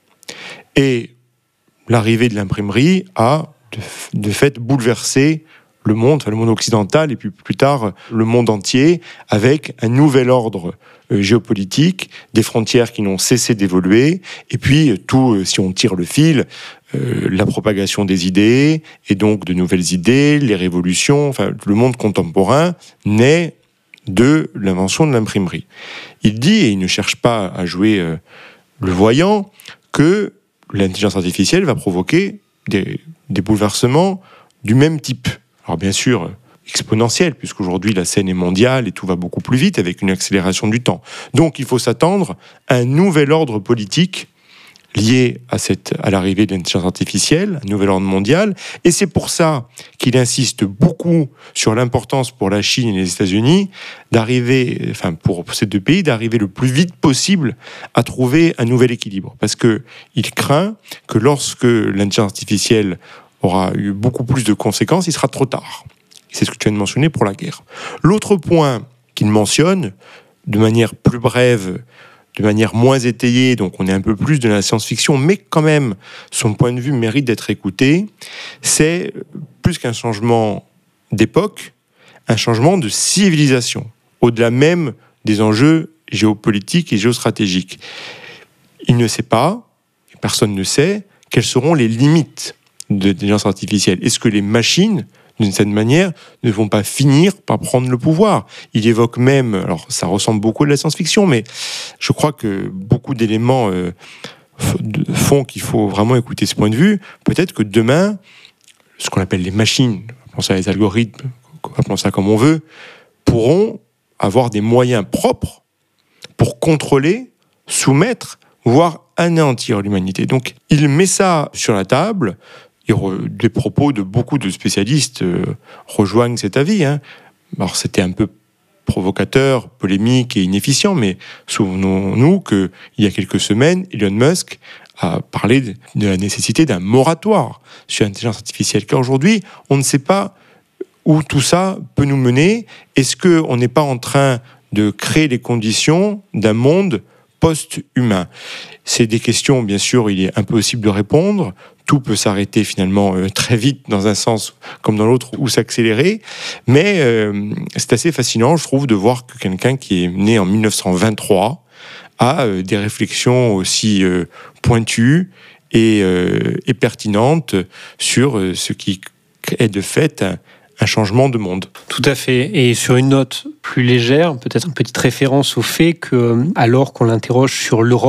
Et l'arrivée de l'imprimerie a, de, de fait, bouleversé le monde, enfin le monde occidental, et puis plus tard le monde entier, avec un nouvel ordre euh, géopolitique, des frontières qui n'ont cessé d'évoluer, et puis tout, euh, si on tire le fil, euh, la propagation des idées, et donc de nouvelles idées, les révolutions, enfin le monde contemporain naît de l'invention de l'imprimerie. Il dit, et il ne cherche pas à jouer euh, le voyant, que l'intelligence artificielle va provoquer des, des bouleversements du même type. Alors bien sûr, exponentielle, puisqu'aujourd'hui la scène est mondiale et tout va beaucoup plus vite avec une accélération du temps. Donc il faut s'attendre à un nouvel ordre politique lié à, cette, à l'arrivée de l'intelligence artificielle, un nouvel ordre mondial. Et c'est pour ça qu'il insiste beaucoup sur l'importance pour la Chine et les États-Unis d'arriver, enfin pour ces deux pays, d'arriver le plus vite possible à trouver un nouvel équilibre. Parce qu'il craint que lorsque l'intelligence artificielle aura eu beaucoup plus de conséquences, il sera trop tard. C'est ce que tu viens de mentionner pour la guerre. L'autre point qu'il mentionne, de manière plus brève, de manière moins étayée, donc on est un peu plus de la science-fiction, mais quand même, son point de vue mérite d'être écouté, c'est plus qu'un changement d'époque, un changement de civilisation, au-delà même des enjeux géopolitiques et géostratégiques. Il ne sait pas, et personne ne sait, quelles seront les limites de l'intelligence artificielle. Est-ce que les machines, d'une certaine manière, ne vont pas finir par prendre le pouvoir? Il évoque même, alors ça ressemble beaucoup à la science-fiction, mais je crois que beaucoup d'éléments euh, font qu'il faut vraiment écouter ce point de vue. Peut-être que demain, ce qu'on appelle les machines, appelons ça les algorithmes, appelons ça comme on veut, pourront avoir des moyens propres pour contrôler, soumettre, voire anéantir l'humanité. Donc il met ça sur la table. Et les propos de beaucoup de spécialistes euh, rejoignent cet avis. Hein. Alors c'était un peu provocateur, polémique et inefficient, mais souvenons-nous qu'il y a quelques semaines, Elon Musk a parlé de, de la nécessité d'un moratoire sur l'intelligence artificielle. Car aujourd'hui, on ne sait pas où tout ça peut nous mener. Est-ce qu'on n'est pas en train de créer les conditions d'un monde post-humain? C'est des questions, bien sûr, il est impossible de répondre. Tout peut s'arrêter finalement euh, très vite dans un sens comme dans l'autre ou s'accélérer. Mais euh, c'est assez fascinant, je trouve, de voir que quelqu'un qui est né en mille neuf cent vingt-trois a euh, des réflexions aussi euh, pointues et, euh, et pertinentes sur euh, ce qui est de fait un, un changement de monde. Tout à fait. Et sur une note plus légère, peut-être une petite référence au fait que, alors qu'on l'interroge sur l'Europe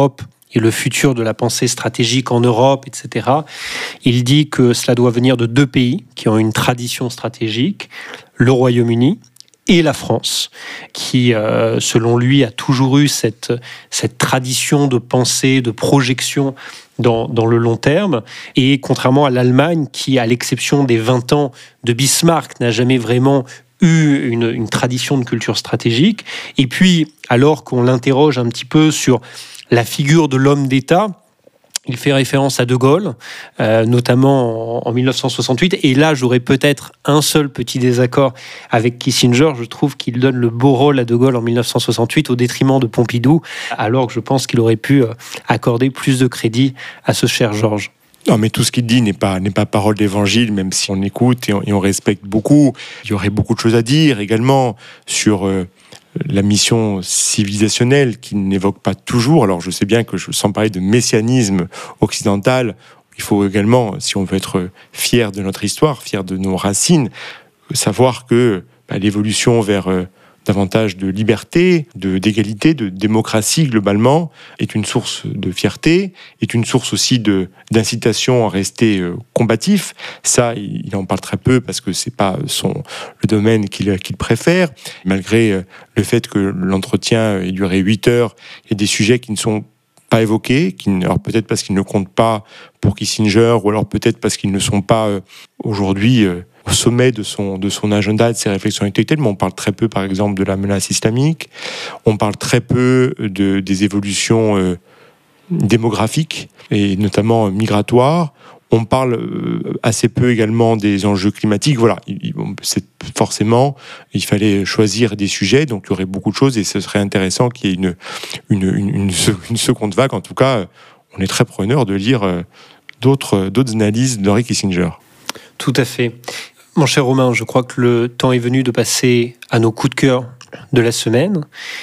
et le futur de la pensée stratégique en Europe, et cetera, il dit que cela doit venir de deux pays qui ont une tradition stratégique, le Royaume-Uni et la France, qui, euh, selon lui, a toujours eu cette, cette tradition de pensée, de projection dans, dans le long terme. Et contrairement à l'Allemagne, qui, à l'exception des vingt ans de Bismarck, n'a jamais vraiment eu une, une tradition de culture stratégique. Et puis, alors qu'on l'interroge un petit peu sur la figure de l'homme d'État, il fait référence à De Gaulle, euh, notamment en, en mille neuf cent soixante-huit. Et là, j'aurais peut-être un seul petit désaccord avec Kissinger. Je trouve qu'il donne le beau rôle à De Gaulle en mille neuf cent soixante-huit au détriment de Pompidou, alors que je pense qu'il aurait pu accorder plus de crédit à ce cher Georges. Non, mais tout ce qu'il dit n'est pas, n'est pas parole d'évangile, même si on écoute et on, et on respecte beaucoup. Il y aurait beaucoup de choses à dire également sur euh, la mission civilisationnelle qu'il n'évoque pas toujours. Alors je sais bien que, je, sans parler de messianisme occidental, il faut également, si on veut être fier de notre histoire, fier de nos racines, savoir que bah, l'évolution vers euh, davantage de liberté, de, d'égalité, de démocratie globalement, est une source de fierté, est une source aussi de, d'incitation à rester euh, combatif. Ça, il, il en parle très peu parce que c'est pas son, le domaine qu'il, qu'il préfère. Malgré euh, le fait que l'entretien ait duré huit heures, il y a des sujets qui ne sont pas évoqués, qui, alors peut-être parce qu'ils ne comptent pas pour Kissinger, ou alors peut-être parce qu'ils ne sont pas euh, aujourd'hui euh, au sommet de son, de son agenda, de ses réflexions intellectuelles, mais on parle très peu, par exemple, de la menace islamique, on parle très peu de, des évolutions euh, démographiques, et notamment migratoires, on parle euh, assez peu également des enjeux climatiques. Voilà, il, c'est forcément, il fallait choisir des sujets, donc il y aurait beaucoup de choses, et ce serait intéressant qu'il y ait une, une, une, une, une seconde vague. En tout cas, on est très preneur de lire euh, d'autres, d'autres analyses d'Henry Kissinger. Tout à fait. Mon cher Romain, je crois que le temps est venu de passer à nos coups de cœur de la semaine.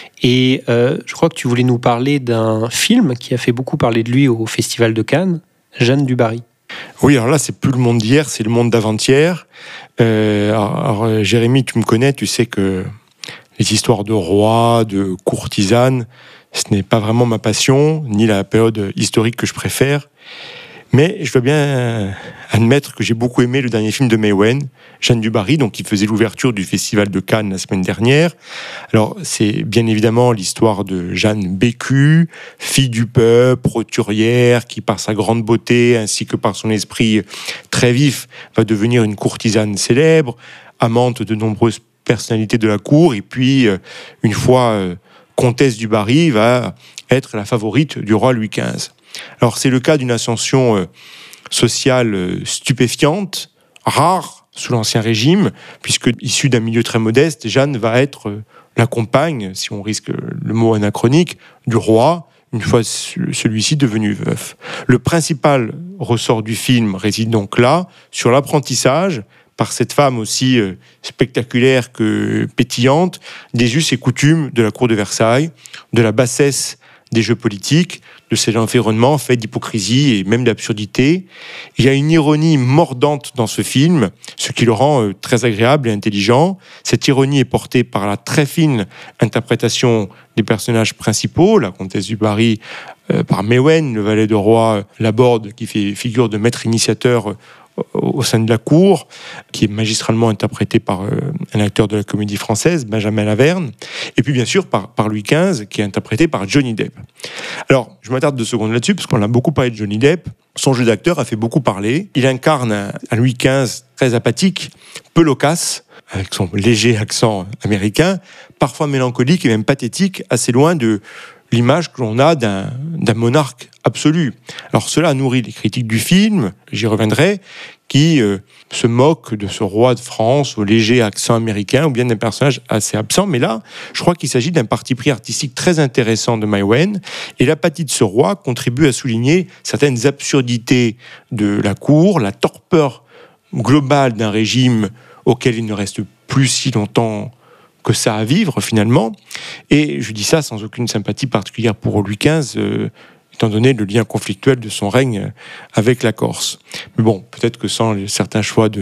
Et euh, je crois que tu voulais nous parler d'un film qui a fait beaucoup parler de lui au Festival de Cannes, Jeanne du Barry. Oui, alors là, c'est plus le monde d'hier, c'est le monde d'avant-hier. Euh, alors, alors, Jérémy, tu me connais, tu sais que les histoires de rois, de courtisanes, ce n'est pas vraiment ma passion, ni la période historique que je préfère. Mais je dois bien admettre que j'ai beaucoup aimé le dernier film de Mai Wen, Jeanne du Barry, donc qui faisait l'ouverture du Festival de Cannes la semaine dernière. Alors, c'est bien évidemment l'histoire de Jeanne Bécu, fille du peuple, roturière, qui par sa grande beauté ainsi que par son esprit très vif va devenir une courtisane célèbre, amante de nombreuses personnalités de la cour, et puis, une fois comtesse du Barry, va être la favorite du roi Louis quinze. Alors, c'est le cas d'une ascension euh, sociale euh, stupéfiante, rare sous l'Ancien Régime, puisque, issue d'un milieu très modeste, Jeanne va être euh, la compagne, si on risque le mot anachronique, du roi, une fois celui-ci devenu veuf. Le principal ressort du film réside donc là, sur l'apprentissage, par cette femme aussi euh, spectaculaire que pétillante, des us et coutumes de la cour de Versailles, de la bassesse des jeux politiques, de cet environnement fait d'hypocrisie et même d'absurdité. Il y a une ironie mordante dans ce film, ce qui le rend euh, très agréable et intelligent. Cette ironie est portée par la très fine interprétation des personnages principaux, la comtesse du Barry euh, par Mai Wen, le valet de roi euh, Laborde, qui fait figure de maître initiateur euh, au sein de la cour, qui est magistralement interprété par euh, un acteur de la comédie française, Benjamin Laverne, et puis bien sûr par, par Louis quinze, qui est interprété par Johnny Depp. Alors, je m'attarde deux secondes là-dessus, parce qu'on a beaucoup parlé de Johnny Depp. Son jeu d'acteur a fait beaucoup parler. Il incarne un, un Louis quinze très apathique, peu loquace, avec son léger accent américain, parfois mélancolique et même pathétique, assez loin de l'image que l'on a d'un, d'un monarque absolu. Alors cela nourrit les critiques du film, j'y reviendrai, qui euh, se moquent de ce roi de France au léger accent américain, ou bien d'un personnage assez absent. Mais là, je crois qu'il s'agit d'un parti pris artistique très intéressant de Mai Wen, et l'apathie de ce roi contribue à souligner certaines absurdités de la cour, la torpeur globale d'un régime auquel il ne reste plus si longtemps que ça à vivre finalement, et je dis ça sans aucune sympathie particulière pour Louis quinze, euh, étant donné le lien conflictuel de son règne avec la Corse. Mais bon, peut-être que sans les, certains choix de,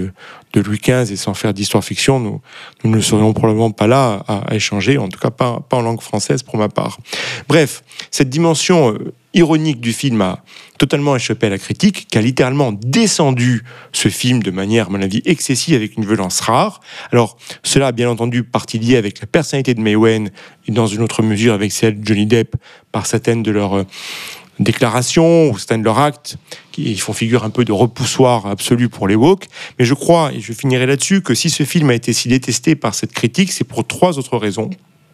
de Louis quinze et sans faire d'histoire-fiction, nous, nous ne serions probablement pas là à, à échanger, en tout cas pas, pas en langue française pour ma part. Bref, cette dimension euh, ironique du film a totalement échappé à la critique, qui a littéralement descendu ce film de manière, à mon avis, excessive, avec une violence rare. Alors, cela a bien entendu partie liée avec la personnalité de Mae Wen, et dans une autre mesure avec celle de Johnny Depp, par certaines de leurs euh, déclarations ou certains de leurs actes, qui font figure un peu de repoussoir absolu pour les woke. Mais je crois, et je finirai là-dessus, que si ce film a été si détesté par cette critique, c'est pour trois autres raisons.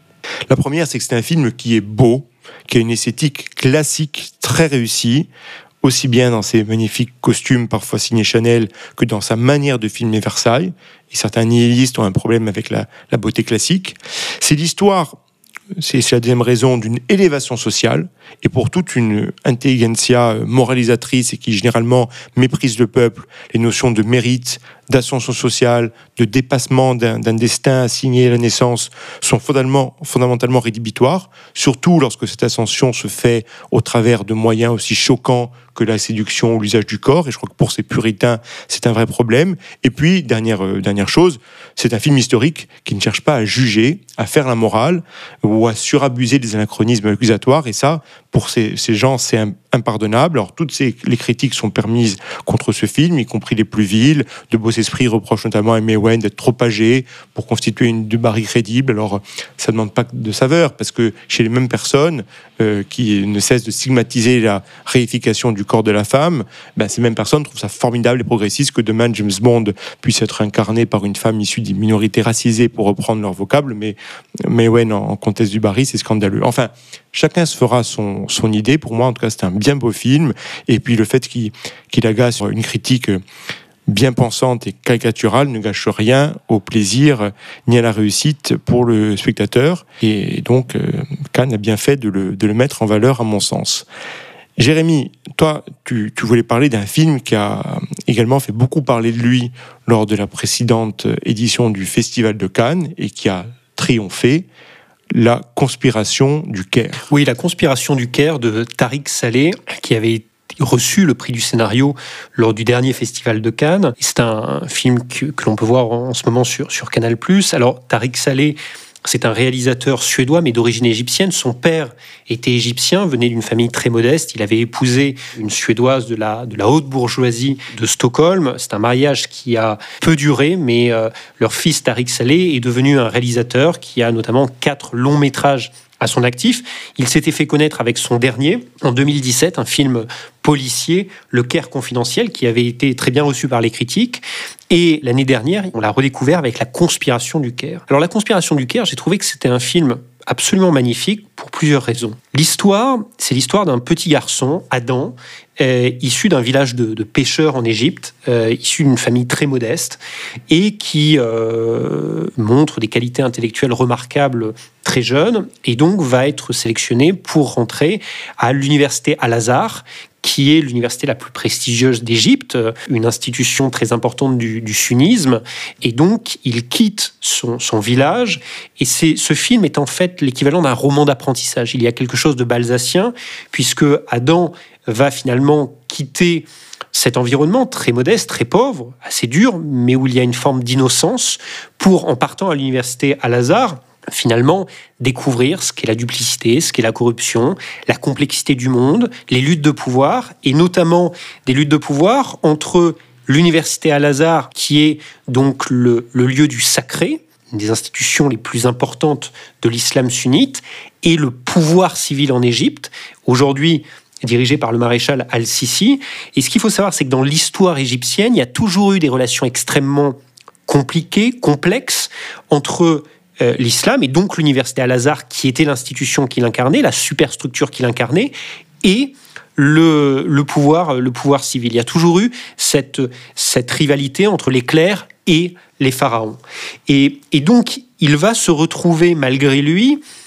La première, c'est que c'est un film qui est beau, qui a une esthétique classique très réussie, aussi bien dans ses magnifiques costumes, parfois signés Chanel, que dans sa manière de filmer Versailles. Et certains nihilistes ont un problème avec la, la beauté classique. C'est l'histoire, c'est, c'est la deuxième raison, d'une élévation sociale, et pour toute une intelligentsia moralisatrice et qui généralement méprise le peuple, les notions de mérite, d'ascension sociale, de dépassement d'un, d'un destin assigné à la naissance sont fondamentalement, fondamentalement rédhibitoires, surtout lorsque cette ascension se fait au travers de moyens aussi choquants que la séduction ou l'usage du corps, et je crois que pour ces puritains, c'est un vrai problème. Et puis, dernière, euh, dernière chose, c'est un film historique qui ne cherche pas à juger, à faire la morale, ou à surabuser des anachronismes accusatoires, et ça, pour ces, ces gens, c'est impardonnable. Alors, toutes ces, les critiques sont permises contre ce film, y compris les plus viles. De Beaux Esprits reprochent notamment à Mae Wen d'être trop âgée pour constituer une Dubarry crédible. Alors, ça ne demande pas de saveur, parce que chez les mêmes personnes euh, qui ne cessent de stigmatiser la réification du corps de la femme, ben, ces mêmes personnes trouvent ça formidable et progressiste que demain James Bond puisse être incarné par une femme issue d'une minorité racisée, pour reprendre leur vocable, mais Mae Wen en, en comtesse Dubarry, c'est scandaleux. Enfin, chacun se fera son, son idée. Pour moi, en tout cas, c'est un bien beau film. Et puis, le fait qu'il, qu'il agace une critique bien pensante et caricaturale ne gâche rien au plaisir ni à la réussite pour le spectateur. Et donc, euh, Cannes a bien fait de le, de le mettre en valeur, à mon sens. Jérémy, toi, tu, tu voulais parler d'un film qui a également fait beaucoup parler de lui lors de la précédente édition du Festival de Cannes et qui a triomphé. La conspiration du Caire. Oui, La conspiration du Caire de Tariq Saleh, qui avait reçu le prix du scénario lors du dernier festival de Cannes. C'est un film que, que l'on peut voir en ce moment sur, sur Canal plus. Alors, Tariq Saleh, c'est un réalisateur suédois, mais d'origine égyptienne. Son père était égyptien, venait d'une famille très modeste. Il avait épousé une Suédoise de la, de la haute bourgeoisie de Stockholm. C'est un mariage qui a peu duré, mais euh, leur fils Tariq Saleh est devenu un réalisateur qui a notamment quatre longs métrages à son actif. Il s'était fait connaître avec son dernier, en deux mille dix-sept, un film policier, Le Caire confidentiel, qui avait été très bien reçu par les critiques. Et l'année dernière, on l'a redécouvert avec La conspiration du Caire. Alors, La conspiration du Caire, j'ai trouvé que c'était un film absolument magnifique pour plusieurs raisons. L'histoire, c'est l'histoire d'un petit garçon, Adam, euh, issu d'un village de, de pêcheurs en Égypte, euh, issu d'une famille très modeste, et qui euh, montre des qualités intellectuelles remarquables très jeune, et donc va être sélectionné pour rentrer à l'université Al-Azhar, qui est l'université la plus prestigieuse d'Égypte, une institution très importante du, du sunnisme. Et donc, il quitte son, son village. Et c'est, ce film est en fait l'équivalent d'un roman d'apprentissage. Il y a quelque chose de balzacien, puisque Adam va finalement quitter cet environnement très modeste, très pauvre, assez dur, mais où il y a une forme d'innocence, pour, en partant à l'université Al-Azhar, finalement, découvrir ce qu'est la duplicité, ce qu'est la corruption, la complexité du monde, les luttes de pouvoir, et notamment des luttes de pouvoir entre l'université Al-Azhar, qui est donc le, le lieu du sacré, une des institutions les plus importantes de l'islam sunnite, et le pouvoir civil en Égypte, aujourd'hui dirigé par le maréchal Al-Sisi. Et ce qu'il faut savoir, c'est que dans l'histoire égyptienne, il y a toujours eu des relations extrêmement compliquées, complexes, entre Euh, l'islam, et donc l'université Al-Azhar, qui était l'institution qu'il incarnait, la superstructure qu'il incarnait, et le, le, pouvoir, le pouvoir civil. Il y a toujours eu cette, cette rivalité entre les clercs et les pharaons. Et, et donc, il va se retrouver, malgré lui,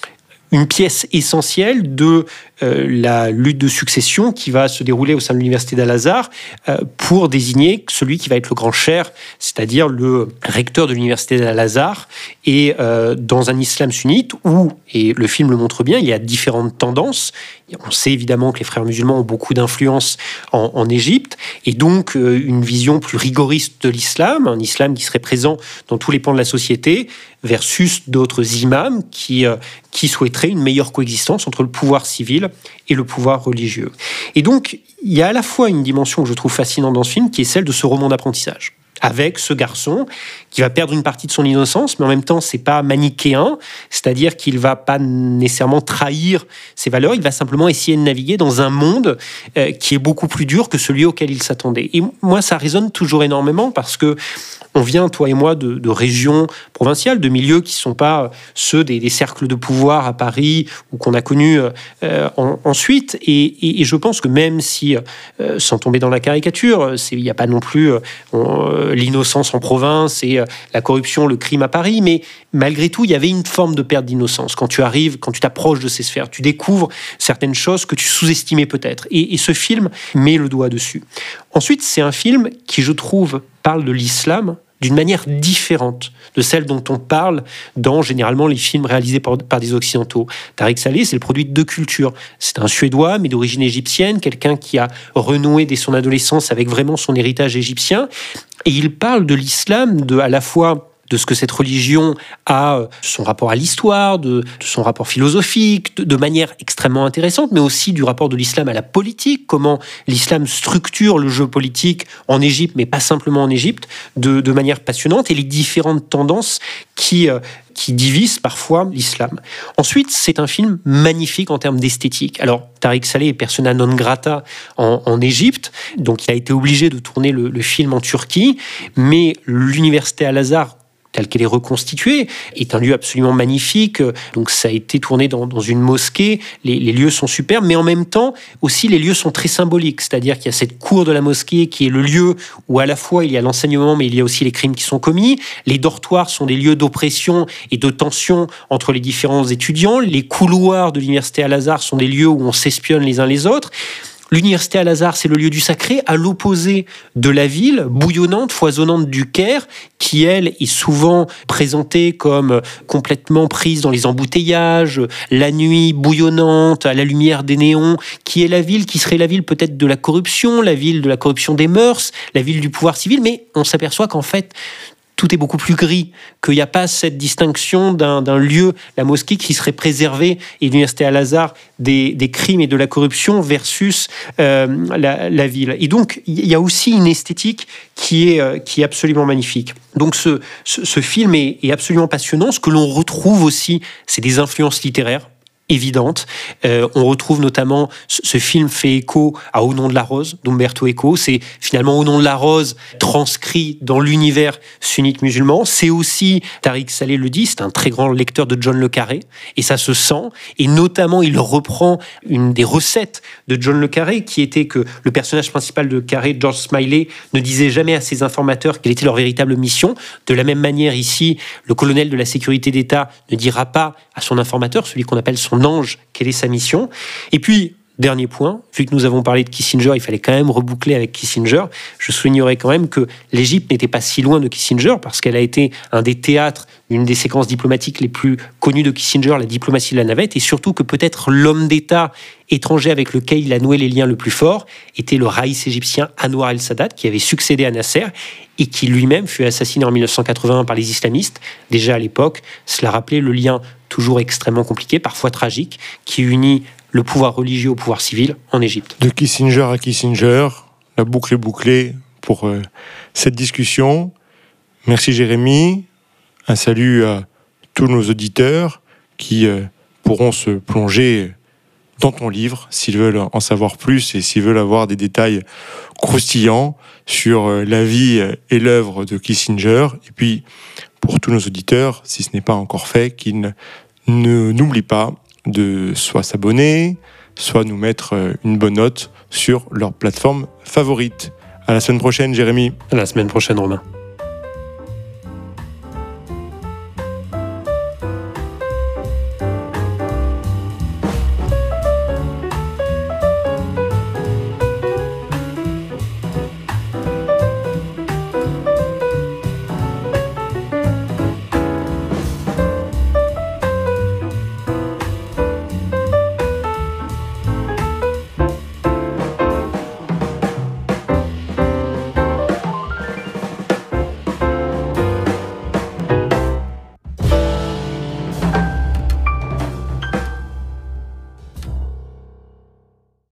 une pièce essentielle de euh, la lutte de succession qui va se dérouler au sein de l'université d'Al-Azhar euh, pour désigner celui qui va être le grand cheikh, c'est-à-dire le recteur de l'université d'Al-Azhar. Et euh, dans un islam sunnite où, et le film le montre bien, il y a différentes tendances. On sait évidemment que les frères musulmans ont beaucoup d'influence en, en Égypte, et donc euh, une vision plus rigoriste de l'islam, un islam qui serait présent dans tous les pans de la société, versus d'autres imams qui, euh, qui souhaiteraient une meilleure coexistence entre le pouvoir civil et le pouvoir religieux. Et donc, il y a à la fois une dimension que je trouve fascinante dans ce film, qui est celle de ce roman d'apprentissage, avec ce garçon qui va perdre une partie de son innocence, mais en même temps, c'est pas manichéen, c'est-à-dire qu'il va pas nécessairement trahir ses valeurs, il va simplement essayer de naviguer dans un monde euh, qui est beaucoup plus dur que celui auquel il s'attendait. Et moi, ça résonne toujours énormément parce que on vient, toi et moi, de, de régions provinciales, de milieux qui ne sont pas ceux des, des cercles de pouvoir à Paris ou qu'on a connus euh, en, ensuite. Et, et, et je pense que même si, euh, sans tomber dans la caricature, il n'y a pas non plus euh, l'innocence en province et euh, la corruption, le crime à Paris, mais malgré tout, il y avait une forme de perte d'innocence. Quand tu arrives, quand tu t'approches de ces sphères, tu découvres certaines choses que tu sous-estimais peut-être. Et, et ce film met le doigt dessus. Ensuite, c'est un film qui, je trouve, parle de l'islam d'une manière différente de celle dont on parle dans, généralement, les films réalisés par, par des Occidentaux. Tariq Saleh, c'est le produit de deux cultures. C'est un Suédois, mais d'origine égyptienne, quelqu'un qui a renoué dès son adolescence avec vraiment son héritage égyptien. Et il parle de l'islam, de, à la fois de ce que cette religion a, son rapport à l'histoire, de, de son rapport philosophique, de, de manière extrêmement intéressante, mais aussi du rapport de l'islam à la politique, comment l'islam structure le jeu politique en Égypte, mais pas simplement en Égypte, de, de manière passionnante, et les différentes tendances qui, euh, qui divisent parfois l'islam. Ensuite, c'est un film magnifique en termes d'esthétique. Alors, Tariq Saleh est persona non grata en, en Égypte, donc il a été obligé de tourner le, le film en Turquie, mais l'université Al-Azhar, telle qu'elle est reconstituée, est un lieu absolument magnifique. Donc ça a été tourné dans, dans une mosquée, les, les lieux sont superbes, mais en même temps, aussi les lieux sont très symboliques, c'est-à-dire qu'il y a cette cour de la mosquée qui est le lieu où à la fois il y a l'enseignement, mais il y a aussi les crimes qui sont commis. Les dortoirs sont des lieux d'oppression et de tension entre les différents étudiants. Les couloirs de l'université Al-Azhar sont des lieux où on s'espionne les uns les autres. L'université Al-Azhar, c'est le lieu du sacré, à l'opposé de la ville bouillonnante, foisonnante du Caire, qui, elle, est souvent présentée comme complètement prise dans les embouteillages, la nuit bouillonnante, à la lumière des néons, qui est la ville qui serait la ville peut-être de la corruption, la ville de la corruption des mœurs, la ville du pouvoir civil, mais on s'aperçoit qu'en fait, tout est beaucoup plus gris, qu'il n'y a pas cette distinction d'un, d'un lieu, la mosquée, qui serait préservée, et l'université Al-Azhar, des, des crimes et de la corruption versus euh, la, la ville. Et donc, il y a aussi une esthétique qui est, euh, qui est absolument magnifique. Donc, ce, ce, ce film est, est absolument passionnant. Ce que l'on retrouve aussi, c'est des influences littéraires évidente. Euh, on retrouve notamment, ce, ce film fait écho à Au nom de la rose d'Umberto Eco. C'est finalement Au nom de la rose transcrit dans l'univers sunnite musulman. C'est aussi, Tariq Saleh le dit, c'est un très grand lecteur de John le Carré, et ça se sent. Et notamment, il reprend une des recettes de John le Carré, qui était que le personnage principal de Carré, George Smiley, ne disait jamais à ses informateurs quelle était leur véritable mission. De la même manière, ici, le colonel de la sécurité d'État ne dira pas à son informateur, celui qu'on appelle son ange, quelle est sa mission. Et puis, dernier point, vu que nous avons parlé de Kissinger, il fallait quand même reboucler avec Kissinger. Je soulignerai quand même que l'Égypte n'était pas si loin de Kissinger, parce qu'elle a été un des théâtres, une des séquences diplomatiques les plus connues de Kissinger, la diplomatie de la navette, et surtout que peut-être l'homme d'État étranger avec lequel il a noué les liens le plus forts était le raïs égyptien Anwar el-Sadat, qui avait succédé à Nasser et qui lui-même fut assassiné en mille neuf cent quatre-vingt-un par les islamistes. Déjà à l'époque, cela rappelait le lien toujours extrêmement compliqué, parfois tragique, qui unit le pouvoir religieux au pouvoir civil en Égypte. De Kissinger à Kissinger, la boucle est bouclée pour euh, cette discussion. Merci Jérémy. Un salut à tous nos auditeurs qui euh, pourront se plonger dans ton livre s'ils veulent en savoir plus et s'ils veulent avoir des détails croustillants sur euh, la vie et l'œuvre de Kissinger. Et puis, pour tous nos auditeurs, si ce n'est pas encore fait, qu'ils ne, ne, n'oublient pas de soit s'abonner, soit nous mettre une bonne note sur leur plateforme favorite. À la semaine prochaine, Jérémy. À la semaine prochaine, Romain.